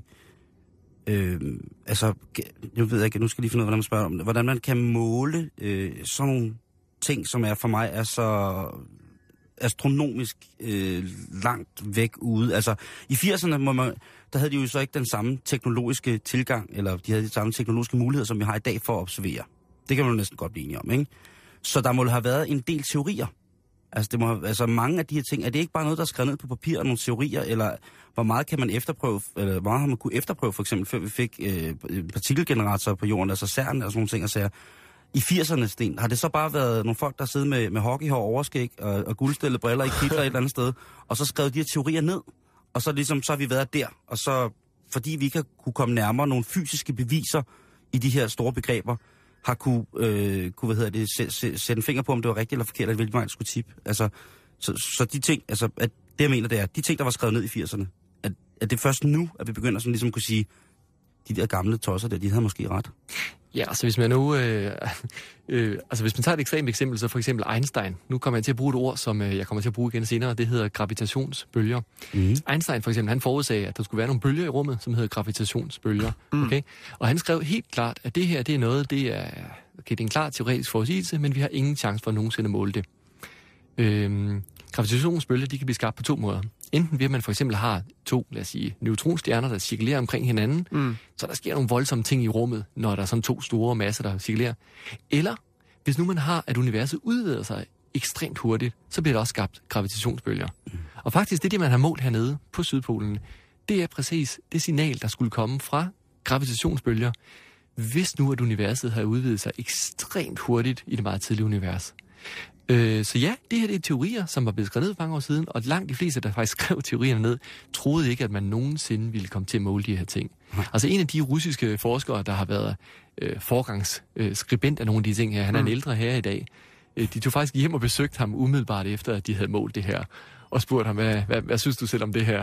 øh, altså, jeg ved ikke, nu skal jeg lige finde ud af, hvordan man spørger om det, hvordan man kan måle øh, sådan nogle ting, som er for mig er så astronomisk øh, langt væk ude. Altså, i firserne, må man, der havde de jo så ikke den samme teknologiske tilgang, eller de havde de samme teknologiske muligheder, som vi har i dag for at observere. Det kan man jo næsten godt blive enige om, ikke? Så der må have været en del teorier. Altså, det må have, altså mange af de her ting, er det ikke bare noget, der er skrevet ned på papir, nogle teorier, eller hvor meget kan man efterprøve, eller hvor meget har man kunne efterprøve, for eksempel, før vi fik øh, partikelgeneratorer på jorden, altså CERN og sådan nogle ting, og sager. I firserne, Sten, har det så bare været nogle folk, der sidder med, med hockeyhår, overskæg og, og guldstillede briller i kitler et eller andet sted, og så skrevet de her teorier ned, og så ligesom, så har vi været der, og så, fordi vi ikke har kunne komme nærmere nogle fysiske beviser i de her store begreber, har kunne, øh, kunne hvad hedder det, sæ, sæ, sætte en finger på, om det var rigtigt eller forkert, eller hvilken vej det skulle tippe. Altså, så, så de ting, altså, at det jeg mener, det er, de ting, der var skrevet ned i firserne, at, at det først nu, at vi begynder sådan ligesom at kunne sige, de der gamle tosser der, de havde måske ret. Ja, altså hvis man nu, øh, øh, altså hvis man tager et ekstremt eksempel, så for eksempel Einstein. Nu kommer jeg til at bruge et ord, som øh, jeg kommer til at bruge igen senere, det hedder gravitationsbølger. Mm. Einstein for eksempel, han forudsagde, at der skulle være nogle bølger i rummet, som hedder gravitationsbølger. Mm. Okay? Og han skrev helt klart, at det her, det er noget, det er, okay, det er en klar teoretisk forudsigelse, men vi har ingen chance for at nogensinde måle det. Øh, gravitationsbølger, de kan blive skabt på to måder. Enten ved, at man for eksempel har to, lad os sige, neutronstjerner, der cirkulerer omkring hinanden, mm. så der sker nogle voldsomme ting i rummet, når der er sådan to store masser, der cirkulerer. Eller hvis nu man har, at universet udvider sig ekstremt hurtigt, så bliver der også skabt gravitationsbølger. Mm. Og faktisk det, det man har målt hernede på Sydpolen, det er præcis det signal, der skulle komme fra gravitationsbølger, hvis nu, at universet har udvidet sig ekstremt hurtigt i det meget tidlige univers. Øh, så ja, det her det er teorier, som var blevet skrevet ned for mange år siden, og langt de fleste, der faktisk skrev teorierne ned, troede ikke, at man nogensinde ville komme til at måle de her ting. Ja. Altså en af de russiske forskere, der har været øh, forgangsskribent øh, af nogle af de ting her, han er en ældre herre i dag, øh, de tog faktisk hjem og besøgte ham umiddelbart efter, at de havde målt det her, og spurgte ham, hvad, hvad, hvad synes du selv om det her?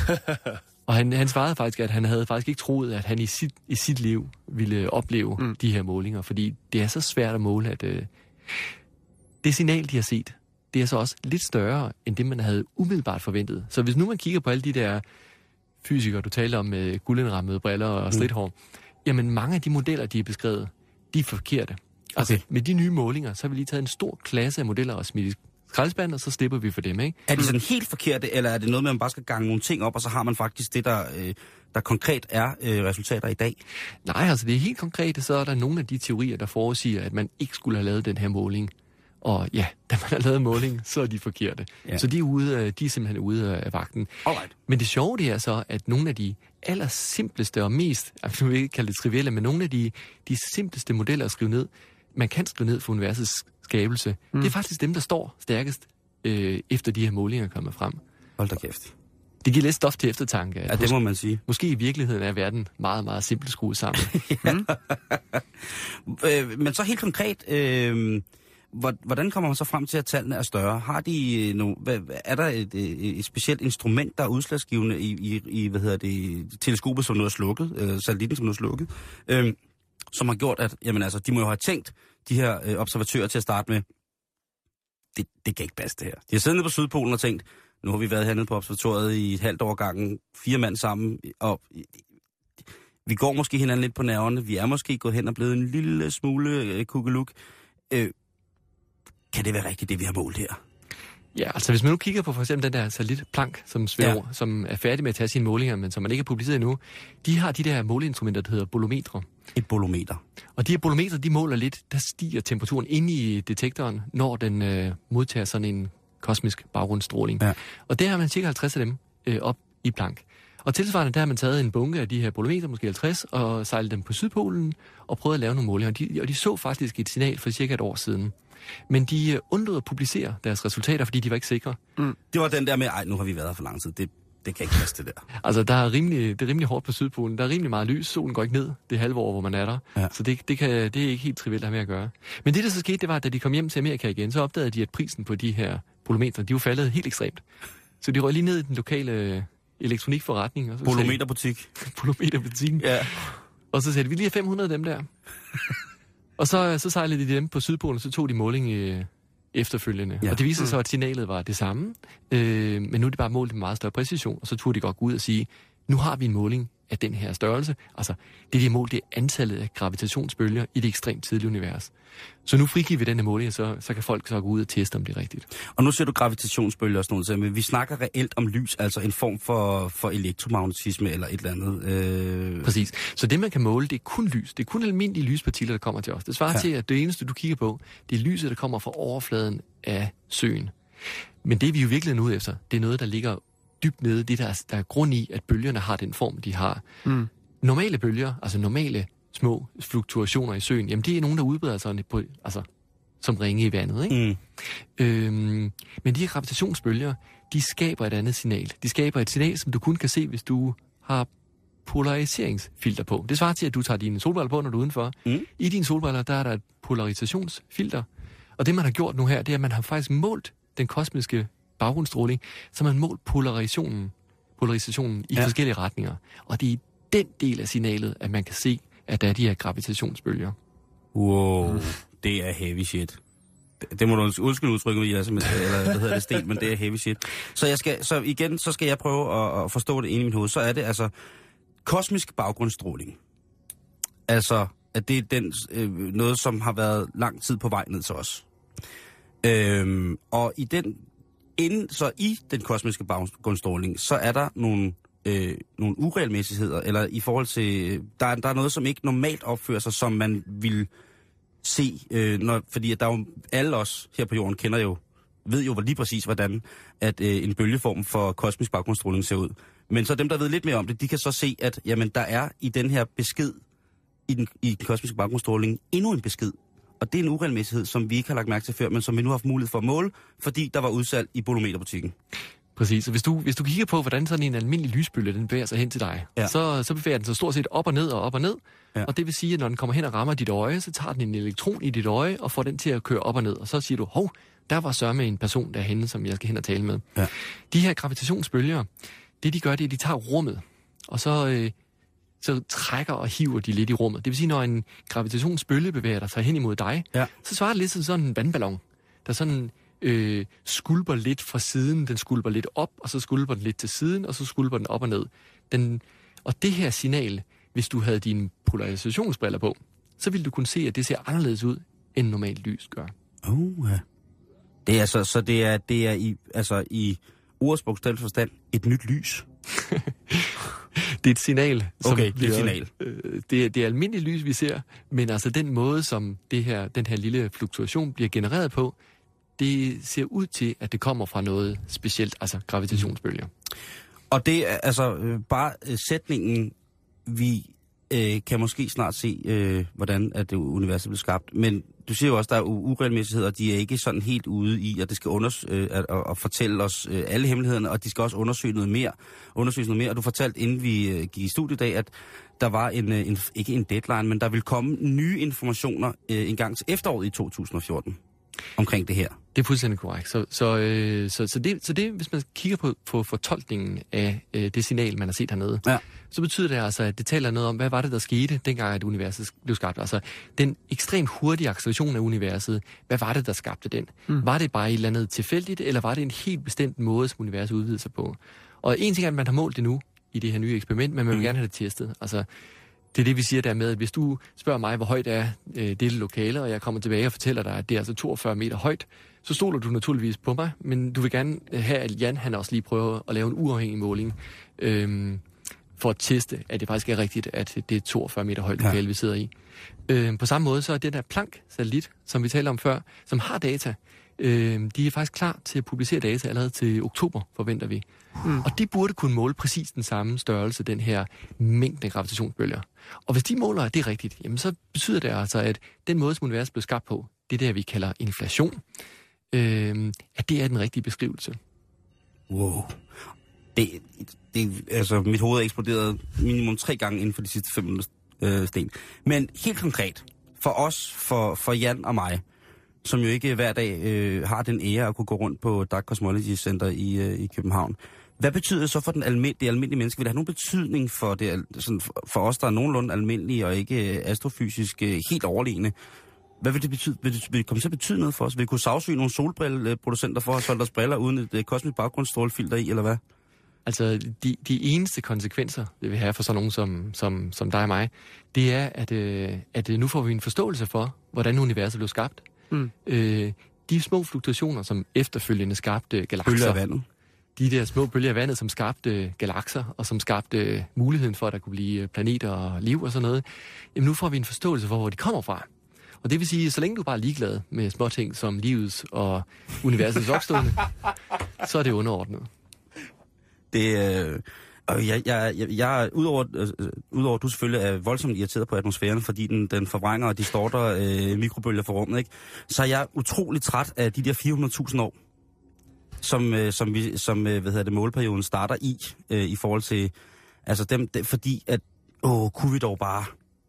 Og han, han svarede faktisk, at han havde faktisk ikke troet, at han i sit, i sit liv ville opleve mm. de her målinger, fordi det er så svært at måle, at øh, det signal, de har set, det er så også lidt større, end det, man havde umiddelbart forventet. Så hvis nu man kigger på alle de der fysikere, du taler om med guldenrammede briller og slidthår, mm. jamen mange af de modeller, de er beskrevet, de er forkerte. Altså okay. Med de nye målinger, så har vi lige taget en stor klasse af modeller og smidt i skraldespanden, og så slipper vi for dem, ikke? Er de sådan helt forkerte, eller er det noget med, at man bare skal gange nogle ting op, og så har man faktisk det, der, øh, der konkret er øh, resultater i dag? Nej, altså det er helt konkret, så er der nogle af de teorier, der forudsiger, at man ikke skulle have lavet den her måling. Og ja, da man har lavet måling, så er de forkerte. Ja. Så de er, ude, de er simpelthen ude af vagten. Alright. Men det sjove det er så, at nogle af de allersimpleste og mest, jeg vil ikke kalde det trivielle, men nogle af de, de simpleste modeller at skrive ned, man kan skrive ned for universets skabelse, mm. det er faktisk dem, der står stærkest øh, efter de her målinger er kommet frem. Hold da kæft. Det giver lidt stof til eftertanke. Ja, det må man sige. Måske i virkeligheden er verden meget, meget simpelt skruet sammen. mm. øh, men så helt konkret, øh, Hvordan kommer man så frem til, at tallene er større? Har de no, hvad, er der et, et, et specielt instrument, der er udslagsgivende i, i, i hvad hedder det, teleskopet, som nu er slukket, øh, satellitten, som nu er slukket, øh, som har gjort, at jamen, altså, de må jo have tænkt, de her øh, observatører til at starte med, det, det kan ikke passe det her. De har siddet nede på Sydpolen og tænkt, nu har vi været hernede på observatoriet i et halvt år gangen, fire mand sammen, og vi går måske hinanden lidt på nerverne, vi er måske gået hen og blevet en lille smule øh, kugeluk. Øh, kan det være rigtigt, det vi har målt her? Ja, altså hvis man nu kigger på for eksempel den der satellit Planck, som svæver, ja. som er færdig med at tage sine målinger, men som man ikke har publiceret endnu, de har de der måleinstrumenter, der hedder bolometre. Et bolometer. Og de her bolometre, de måler lidt, der stiger temperaturen inde i detektoren, når den øh, modtager sådan en kosmisk baggrundsstråling. Ja. Og der har man cirka halvtreds af dem øh, op i Planck. Og tilsvarende, der har man taget en bunke af de her bolometer, måske halvtreds, og sejlet dem på Sydpolen og prøvet at lave nogle målinger. Og de, og de så faktisk et signal for cirka et år siden. Men de undlod at publicere deres resultater, fordi de var ikke sikre. Mm. Det var den der med, ej, nu har vi været her for lang tid. Det, det kan ikke passe det der. Altså, der er rimelig, det er rimelig hårdt på Sydpolen. Der er rimelig meget lys. Solen går ikke ned det halve år, hvor man er der. Ja. Så det, det, kan, det er ikke helt trivielt at have med at gøre. Men det, der så skete, det var, at da de kom hjem til Amerika igen, så opdagede de, at prisen på de her bolometre, de var faldet helt ekstremt. Så de røg lige ned i den lokale elektronikforretning. Og så Bolometerbutik. Bolometerbutikken. Ja. Og så sagde de, vi lige har fem hundrede af dem der. Og så, så sejlede de dem på Sydpolen, og så tog de måling øh, efterfølgende. Ja. Og det viste sig så, at signalet var det samme, øh, men nu er det bare målt med meget større præcision, og så turde de godt gå ud og sige, nu har vi en måling af den her størrelse. Altså, det de har målt, det er antallet af gravitationsbølger i det ekstremt tidlige univers. Så nu frigiver vi den her måling, så, så kan folk så gå ud og teste, om det er rigtigt. Og nu ser du gravitationsbølger og sådan noget, men vi snakker reelt om lys, altså en form for, for elektromagnetisme eller et eller andet. Øh... Præcis. Så det, man kan måle, det er kun lys. Det er kun almindelige lyspartikler, der kommer til os. Det svarer ja. til, at det eneste, du kigger på, det er lyset, der kommer fra overfladen af søen. Men det, vi jo virkelig er ude efter, det er noget, der ligger dybt nede. Det, der er, der er grund i, at bølgerne har den form, de har. Mm. Normale bølger, altså normale små fluktuationer i søen, jamen det er nogen, der udbreder sig på, altså, som ringe i vandet, ikke? Mm. Øhm, men de her gravitationsbølger, de skaber et andet signal. De skaber et signal, som du kun kan se, hvis du har polariseringsfilter på. Det svarer til, at du tager dine solbriller på, når du er udenfor. Mm. I dine solbriller, der er der et polarisationsfilter. Og det, man har gjort nu her, det er, at man har faktisk målt den kosmiske baggrundsstråling, så man har målt polarisationen, polarisationen i ja. forskellige retninger. Og det er den del af signalet, at man kan se, at der er de her gravitationsbølger. Wow, mm. det er heavy shit. Det, det må du undskylde udtrykke mig, altså, eller hvad hedder det, Sten, men det er heavy shit. Så, jeg skal, så igen, så skal jeg prøve at, at forstå det inde i mit hoved. Så er det altså kosmisk baggrundsstråling. Altså, at det er den, øh, noget, som har været lang tid på vej ned til os. Øhm, og i den, inden, så i den kosmiske baggrundsstråling, så er der nogle Øh, nogle uregelmæssigheder, eller i forhold til, der er, der er noget, som ikke normalt opfører sig, som man vil se, øh, når, fordi at der er jo, alle os her på jorden kender jo, ved jo lige præcis, hvordan at øh, en bølgeform for kosmisk baggrundsstråling ser ud. Men så dem, der ved lidt mere om det, de kan så se, at jamen, der er i den her besked, i den, i den kosmiske baggrundsstråling, endnu en besked. Og det er en uregelmæssighed, som vi ikke har lagt mærke til før, men som vi nu har haft mulighed for at måle, fordi der var udsalg i bolometerbutikken. Præcis, og hvis du, hvis du kigger på, hvordan sådan en almindelig lysbølge, den bevæger sig hen til dig, ja. så, så bevæger den sig stort set op og ned og op og ned. Ja. Og det vil sige, at når den kommer hen og rammer dit øje, så tager den en elektron i dit øje og får den til at køre op og ned. Og så siger du, hov, der var sørme en person derhenne, som jeg skal hen og tale med. Ja. De her gravitationsbølger, det de gør, det er, at de tager rummet, og så, øh, så trækker og hiver de lidt i rummet. Det vil sige, når en gravitationsbølge bevæger sig hen imod dig, ja. så svarer det lidt som sådan en vandballon, der sådan øh, skulper lidt fra siden, den skulper lidt op, og så skulper den lidt til siden, og så skulper den op og ned. Den, og det her signal, hvis du havde dine polarisationsbriller på, så ville du kunne se, at det ser anderledes ud, end normalt lys gør. Oh, ja. Det er altså, så det er, det er i, altså i ordets bogstavelige forstand et nyt lys. Det er et signal. Som okay, det er et signal. Øh, det, er, det er almindeligt lys, vi ser, men altså den måde, som det her, den her lille fluktuation bliver genereret på, det ser ud til, at det kommer fra noget specielt, altså gravitationsbølger. Og det er altså øh, bare øh, sætningen, vi øh, kan måske snart se, øh, hvordan at det universet blev skabt. Men du siger jo også, at der er uregelmæssigheder, de er ikke sådan helt ude i, at det skal unders- øh, at, at, at fortælle os øh, alle hemmelighederne, og de skal også undersøge noget mere. Undersøge noget mere. Og du fortalte, inden vi øh, gik i studiet i dag, at der var en, øh, en, ikke en deadline, men der vil komme nye informationer øh, en gang til efteråret i to tusind og fjorten. omkring det her. Det er fuldstændig korrekt. Så, så, øh, så, så, det, så det, hvis man kigger på, på fortolkningen af øh, det signal, man har set hernede, ja. så betyder det altså, at det taler noget om, hvad var det, der skete, dengang at universet blev skabt. Altså, den ekstremt hurtige acceleration af universet, hvad var det, der skabte den? Mm. Var det bare et eller andet tilfældigt, eller var det en helt bestemt måde, som universet udvidede sig på? Og en ting er, at man har målt det nu i det her nye eksperiment, men man vil mm. gerne have det testet. Altså, det er det, vi siger der med, at hvis du spørger mig, hvor højt er øh, dette lokale, og jeg kommer tilbage og fortæller dig, at det er altså toogfyrre meter højt, så stoler du naturligvis på mig, men du vil gerne have, at Jan han også lige prøver at lave en uafhængig måling, øh, for at teste, at det faktisk er rigtigt, at det er toogfyrre meter højt lokale, ja. vi sidder i. Øh, på samme måde så er den der Planck-satellit, som vi talte om før, som har data, øh, de er faktisk klar til at publicere data allerede til oktober, forventer vi. Mm. Og de burde kunne måle præcis den samme størrelse, den her mængde gravitationsbølger. Og hvis de måler, at det er rigtigt, jamen så betyder det altså, at den måde, som universet blev skabt på, det der, vi kalder inflation, øh, at det er den rigtige beskrivelse. Wow. Det, det, altså, mit hoved er eksploderet minimum tre gange inden for de sidste fem minutter, øh, Sten. Men helt konkret, for os, for, for Jan og mig, som jo ikke hver dag øh, har den ære at kunne gå rundt på Dark Cosmology Center i, øh, i København. Hvad betyder det så for den almindelige, det almindelige menneske? Vil det have nogen betydning for, det, sådan, for os, der er nogenlunde almindelige og ikke astrofysisk helt overlegne? Hvad vil det betyde? Vil det, vil det komme til at betyde noget for os? Vil det kunne sagsøge nogle solbrilleproducenter for at holde deres briller uden et kosmisk baggrundsstrålefilter i, eller hvad? Altså, de, de eneste konsekvenser, det vil have for sådan nogen som, som, som dig og mig, det er, at, øh, at nu får vi en forståelse for, hvordan universet blev skabt. Mm. Øh, de små fluktuationer, som efterfølgende skabte galakser. Bølger af vandet. De der små bølger af vandet, som skabte galakser, og som skabte muligheden for, at der kunne blive planeter og liv og sådan noget. Jamen nu får vi en forståelse for, hvor de kommer fra. Og det vil sige, så længe du bare er ligeglad med småting som livets og universets opstående, så er det underordnet. Det øh, og jeg, jeg, jeg, jeg udover, øh, udover at du selvfølgelig er voldsomt irriteret på atmosfæren, fordi den, den forvrænger og distorter øh, mikrobølger for rummet, ikke? Så er jeg utrolig træt af de der fire hundrede tusind år, som, øh, som, vi, som øh, hvad hedder det, måleperioden starter i, øh, i forhold til, altså dem, det, fordi at, åh, kunne vi dog bare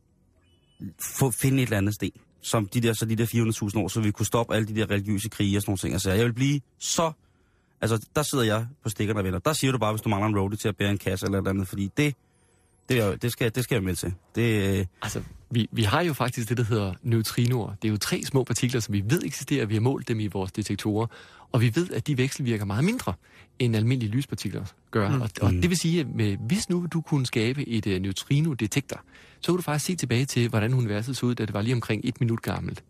få, finde et eller andet sten, som de der, så de der fire hundrede tusind år, så vi kunne stoppe alle de der religiøse krige og sådan nogle ting. Altså, jeg vil blive så... Altså, der sidder jeg på stikkerne og venner. Der siger du bare, hvis du mangler en roadie til at bære en kasse eller noget andet, fordi det, det, er, det, skal, det skal jeg med til. Det, altså, vi, vi har jo faktisk det, der hedder neutrinoer. Det er jo tre små partikler, som vi ved eksisterer. Vi har målt dem i vores detektorer. Og vi ved, at de vekselvirker meget mindre, end almindelige lyspartikler gør. Mm. Og, og det vil sige, at med, hvis nu du kunne skabe et uh, neutrino-detektor, så kunne du faktisk se tilbage til, hvordan universet så ud, da det var lige omkring et minut gammelt.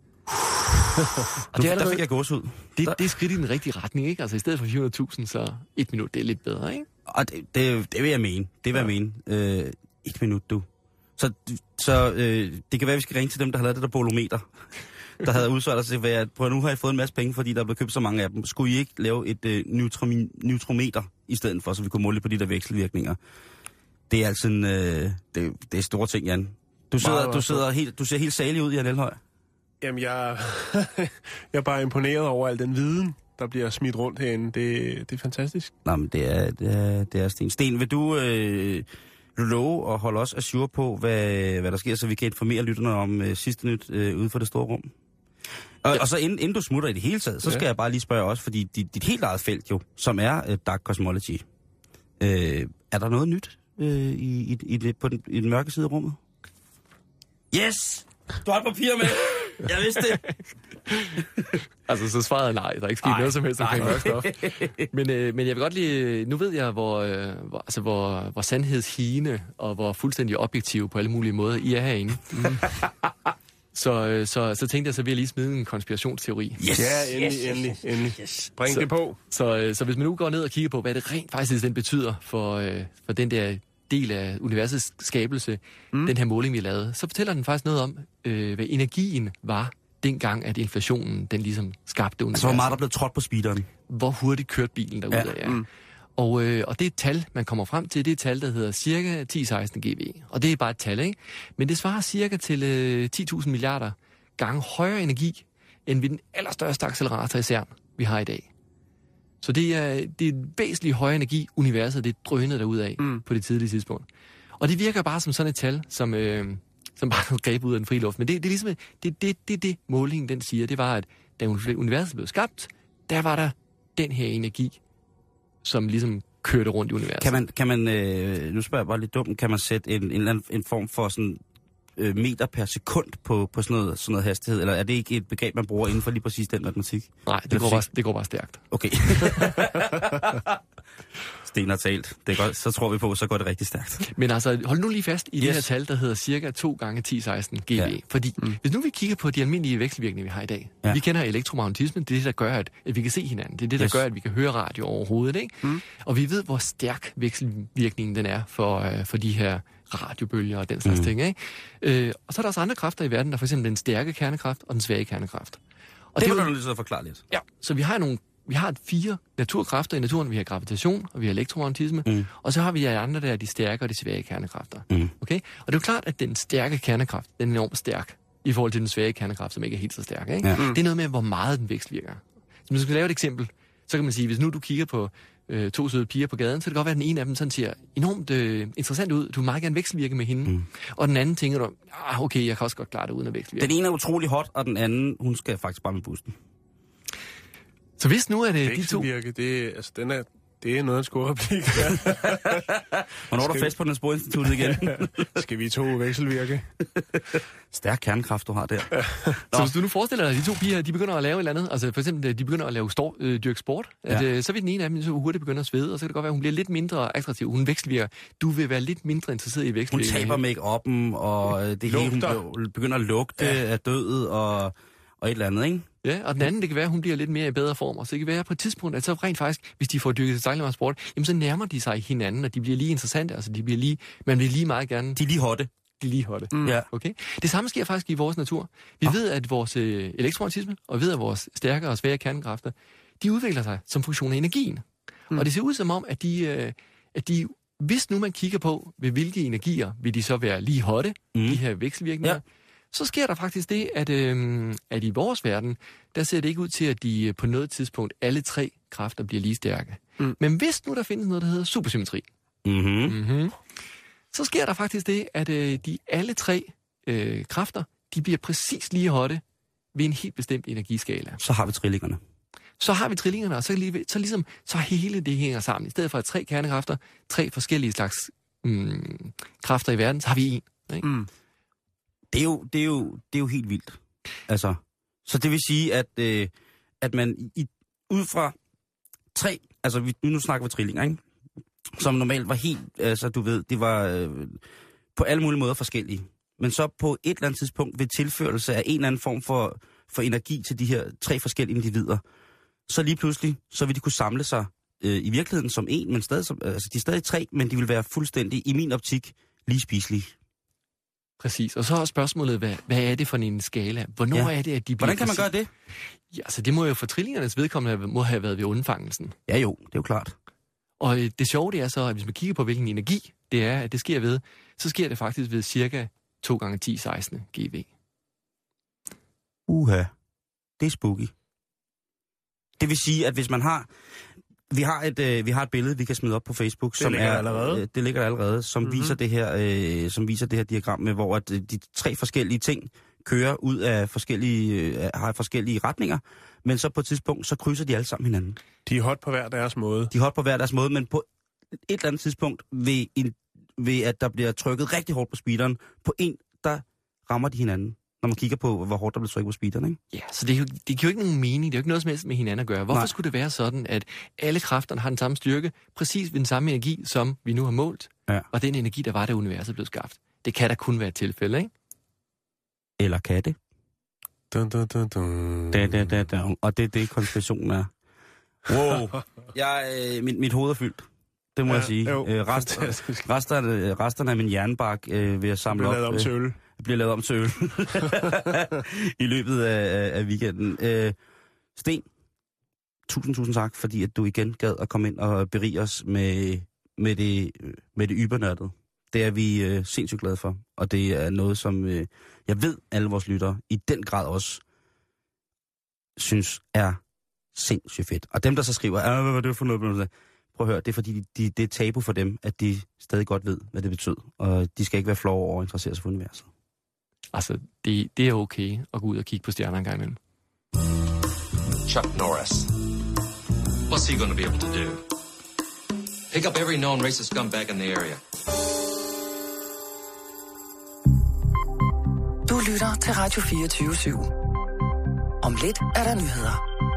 Og det er der fik jeg gås ud. Det, det er skridt i den rigtige retning, ikke? Altså i stedet for fire hundrede tusind, så et minut, det er lidt bedre, ikke? Og det, det, det vil jeg mene. Det vil jeg mene. Øh, et minut, du. Så, så øh, det kan være, at vi skal ringe til dem, der har lavet det der bolometer. Der havde udsolgt sig til, at prøv, nu har I fået en masse penge, fordi der er blevet købt så mange af dem. Skulle I ikke lave et øh, neutrometer i stedet for, så vi kunne måle på de der vekselvirkninger? Det er altså en, øh, det, det er store ting, Jan. Du sidder, du sidder helt, du ser helt salig ud, Jan Elhøj. Jamen, jeg, jeg er bare imponeret over al den viden, der bliver smidt rundt herinde. Det, det er fantastisk. Nå, men det er, det er, det er Sten. Sten, vil du øh, love at holde os assure på, hvad, hvad der sker, så vi kan informere lytterne om øh, sidste nyt øh, ude for det store rum? Og, ja. og så inden, inden du smutter i det hele taget, så skal ja. jeg bare lige spørge også, fordi dit, dit helt eget felt jo, som er øh, Dark Cosmology, øh, er der noget nyt øh, i, i, i, på den, i den mørke side af rummet? Yes! Du har et papir med! Jeg vidste det. Altså, så svarede jeg nej. Der er ikke sket noget som helst omkring mørk stof. Men, øh, men jeg vil godt lige... Nu ved jeg, hvor, øh, hvor, altså, hvor, hvor sandhedshigende og hvor fuldstændig objektiv på alle mulige måder I er herinde. Mm. Så, øh, så, så tænkte jeg, så vil jeg lige smide en konspirationsteori. Yes! Ja, endelig, yes, endelig, yes, endelig. Yes. Bring så, det på. Så, øh, så hvis man nu går ned og kigger på, hvad det rent faktisk den betyder for, øh, for den der del af universets skabelse, mm. den her måling, vi lavede, så fortæller den faktisk noget om, øh, hvad energien var, dengang, at inflationen, den ligesom skabte universet. Altså, hvor meget der blev trådt på speederen. Hvor hurtigt kørte bilen derudad, ja. ja. Mm. Og, øh, og det er et tal, man kommer frem til, det er et tal, der hedder cirka ti seksten G V. Og det er bare et tal, ikke? Men det svarer cirka til øh, ti tusind milliarder gange højere energi, end ved den allerstørste accelerator i CERN, vi har i dag. Så det er, det er en væsentlig højere energi, universet det drønede derudad mm. på det tidlige tidspunkt. Og det virker bare som sådan et tal, som, øh, som bare greb ud af den frie luft. Men det, det er ligesom, det, det, det, det målingen den siger, det var, at da universet blev skabt, der var der den her energi, som ligesom kørte rundt i universet. Kan man, kan man øh, nu spørger jeg bare lidt dumt, kan man sætte en, en, eller anden, en form for sådan øh, meter per sekund på, på sådan, noget, sådan noget hastighed, eller er det ikke et begreb, man bruger inden for lige præcis den matematik? Nej, det, går bare, det går bare stærkt. Okay. Sten har talt. Det er godt. Så tror vi på, så går det rigtig stærkt. Men altså, hold nu lige fast i yes. det her tal, der hedder cirka to gange ti seksten G V. Ja. Fordi mm. hvis nu vi kigger på de almindelige vekselvirkninger, vi har i dag. Ja. Vi kender elektromagnetismen, det er det, der gør, at, at vi kan se hinanden. Det er det, der yes. gør, at vi kan høre radio overhovedet. Ikke? Mm. Og vi ved, hvor stærk vekselvirkningen den er for, uh, for de her radiobølger og den slags mm. ting. Ikke? Uh, og så er der også andre kræfter i verden, der er for eksempel den stærke kernekraft og den svage kernekraft. Og det må du lige så forklare lidt. Ja, så vi har nogle Vi har fire naturkræfter i naturen. Vi har gravitation, og vi har elektromagnetisme. Mm. Og så har vi andre, der er de stærke og de svage kernekræfter. Mm. Okay? Og det er jo klart, at den stærke kernekraft, den er enormt stærk, i forhold til den svage kernekraft, som ikke er helt så stærk. Ikke? Ja. Mm. Det er noget med, hvor meget den vekselvirker. Så hvis man skal lave et eksempel, så kan man sige, hvis nu du kigger på øh, to søde piger på gaden, så kan det godt være, at den ene af dem sådan ser enormt øh, interessant ud. Du vil meget gerne vekselvirke med hende. Mm. Og den anden tænker du, ah, okay, jeg kan også godt klare det uden at vekselvirke. Den ene er utrolig hot, og den anden, hun skal faktisk bare med bussen. Så hvis nu er det de to... Det, altså, den er, det er noget af en skoreplik. Hvornår er der fest på den Sporinstituttet igen? Skal vi to vekselvirke? Stærk kernekraft, du har der. Så hvis du nu forestiller dig, at de to piger, de begynder at lave et eller andet, altså for eksempel, de begynder at lave stor, øh, dyrk sport, at, ja. øh, så vil den ene af dem så hurtigt begynde at svede, og så kan det godt være, at hun bliver lidt mindre attraktiv. Hun vekselvirker. Du vil være lidt mindre interesseret i vekselvirke. Hun taber make-up'en, og det hele, hun begynder at lugte ja. af dødet, og, og et eller andet, ikke? Ja, og den anden, det kan være, at hun bliver lidt mere i bedre form. Og så det kan være på et tidspunkt, at så rent faktisk, hvis de får dykket til sejlende sport, jamen så nærmer de sig hinanden, og de bliver lige interessante. Altså, de bliver lige, man vil lige meget gerne... De er lige hotte. De er lige hotte. Mm. Ja. Okay? Det samme sker faktisk i vores natur. Vi ja. ved, at vores øh, elektromagnetisme, og vi ved, at vores stærke og svære kernekræfter, de udvikler sig som funktion af energien. Mm. Og det ser ud som om, at de, øh, at de, hvis nu man kigger på, ved hvilke energier vil de så være lige hotte, mm. de her vekselvirkninger, ja. så sker der faktisk det, at, øh, at i vores verden, der ser det ikke ud til, at de på noget tidspunkt, alle tre kræfter bliver lige stærke. Mm. Men hvis nu der findes noget, der hedder supersymmetri, mm-hmm. Mm-hmm, så sker der faktisk det, at øh, de alle tre øh, kræfter, de bliver præcis lige hotte ved en helt bestemt energiskala. Så har vi trillingerne. Så har vi trillingerne, og så, lige, så ligesom, så hele det hænger sammen. I stedet for at tre kernekræfter, tre forskellige slags mm, kræfter i verden, så har vi en. Ikke? Mm. Det er, jo, det, er jo, det er jo helt vildt. Altså, så det vil sige, at, øh, at man i, ud fra tre, altså vi, nu snakker vi trillinger, ikke? Som normalt var helt, altså du ved, det var øh, på alle mulige måder forskellige. Men så på et eller andet tidspunkt ved tilførelse af en eller anden form for, for energi til de her tre forskellige individer, så lige pludselig, så vil de kunne samle sig øh, i virkeligheden som en, men stadig som, altså de er stadig tre, men de vil være fuldstændig, i min optik, lige spiselige. Præcis. Og så er spørgsmålet, hvad, hvad er det for en skala? Hvornår ja. er det, at de bliver... Hvordan kan man gøre det? Ja, altså det må jo for trillingernes vedkommende må have været ved undfangelsen. Ja jo, det er jo klart. Og det sjove det er så, at hvis man kigger på, hvilken energi det er, at det sker ved, så sker det faktisk ved cirka to gange ti seksten G V. Uha, det er spooky. Det vil sige, at hvis man har... Vi har et øh, vi har et billede, vi kan smide op på Facebook, det som ligger er allerede. Øh, det ligger allerede, som mm-hmm. viser det her øh, som viser det her diagram med, hvor at, øh, de tre forskellige ting kører ud af forskellige øh, har forskellige retninger, men så på et tidspunkt så krydser de alle sammen hinanden. De er hot på hver deres måde. De er hot på hver deres måde, men på et eller andet tidspunkt ved en ved at der bliver trykket rigtig hårdt på speederen på en, der rammer de hinanden. Når man kigger på, hvor hårdt der bliver trykket på speederen, ikke? Ja, så det, er jo, det giver jo ikke nogen mening. Det er jo ikke noget som helst med hinanden at gøre. Hvorfor Nej. skulle det være sådan, at alle kræfterne har den samme styrke, præcis ved den samme energi, som vi nu har målt, ja. og den energi, der var, da universet blev skabt? Det kan da kun være et tilfælde, ikke? Eller kan det? Dun, dun, dun, dun. Da, da, da, da. Og det er det, konspirationen er. Wow. Jeg, øh, mit, mit hoved er fyldt. Det må ja, jeg sige. Jo, øh, rest, resterne, resterne af min jernbak øh, vil jeg samle op. Det bliver lavet om til øl. Øh, bliver lavet om til øl. I løbet af, af weekenden. Øh, Sten, tusind, tusind tak, fordi at du igen gad at komme ind og berige os med, med det, med det ybernørdet. Det er vi øh, sindssygt glade for. Og det er noget, som øh, jeg ved, alle vores lyttere i den grad også synes er sindssygt fedt. Og dem, der så skriver, hvad var det for noget? Prøv at høre, det er fordi, de, det er tabu for dem, at de stadig godt ved, hvad det betyder. Og de skal ikke være flove over at interessere sig for universet. Altså, det, det er okay at gå ud og kigge på stjerner en gang imellem. Chuck Norris. What's he going to be able to do? Pick up every known racist scumbag in the area. Du lytter til Radio fireogtyve syv. Om lidt er der nyheder.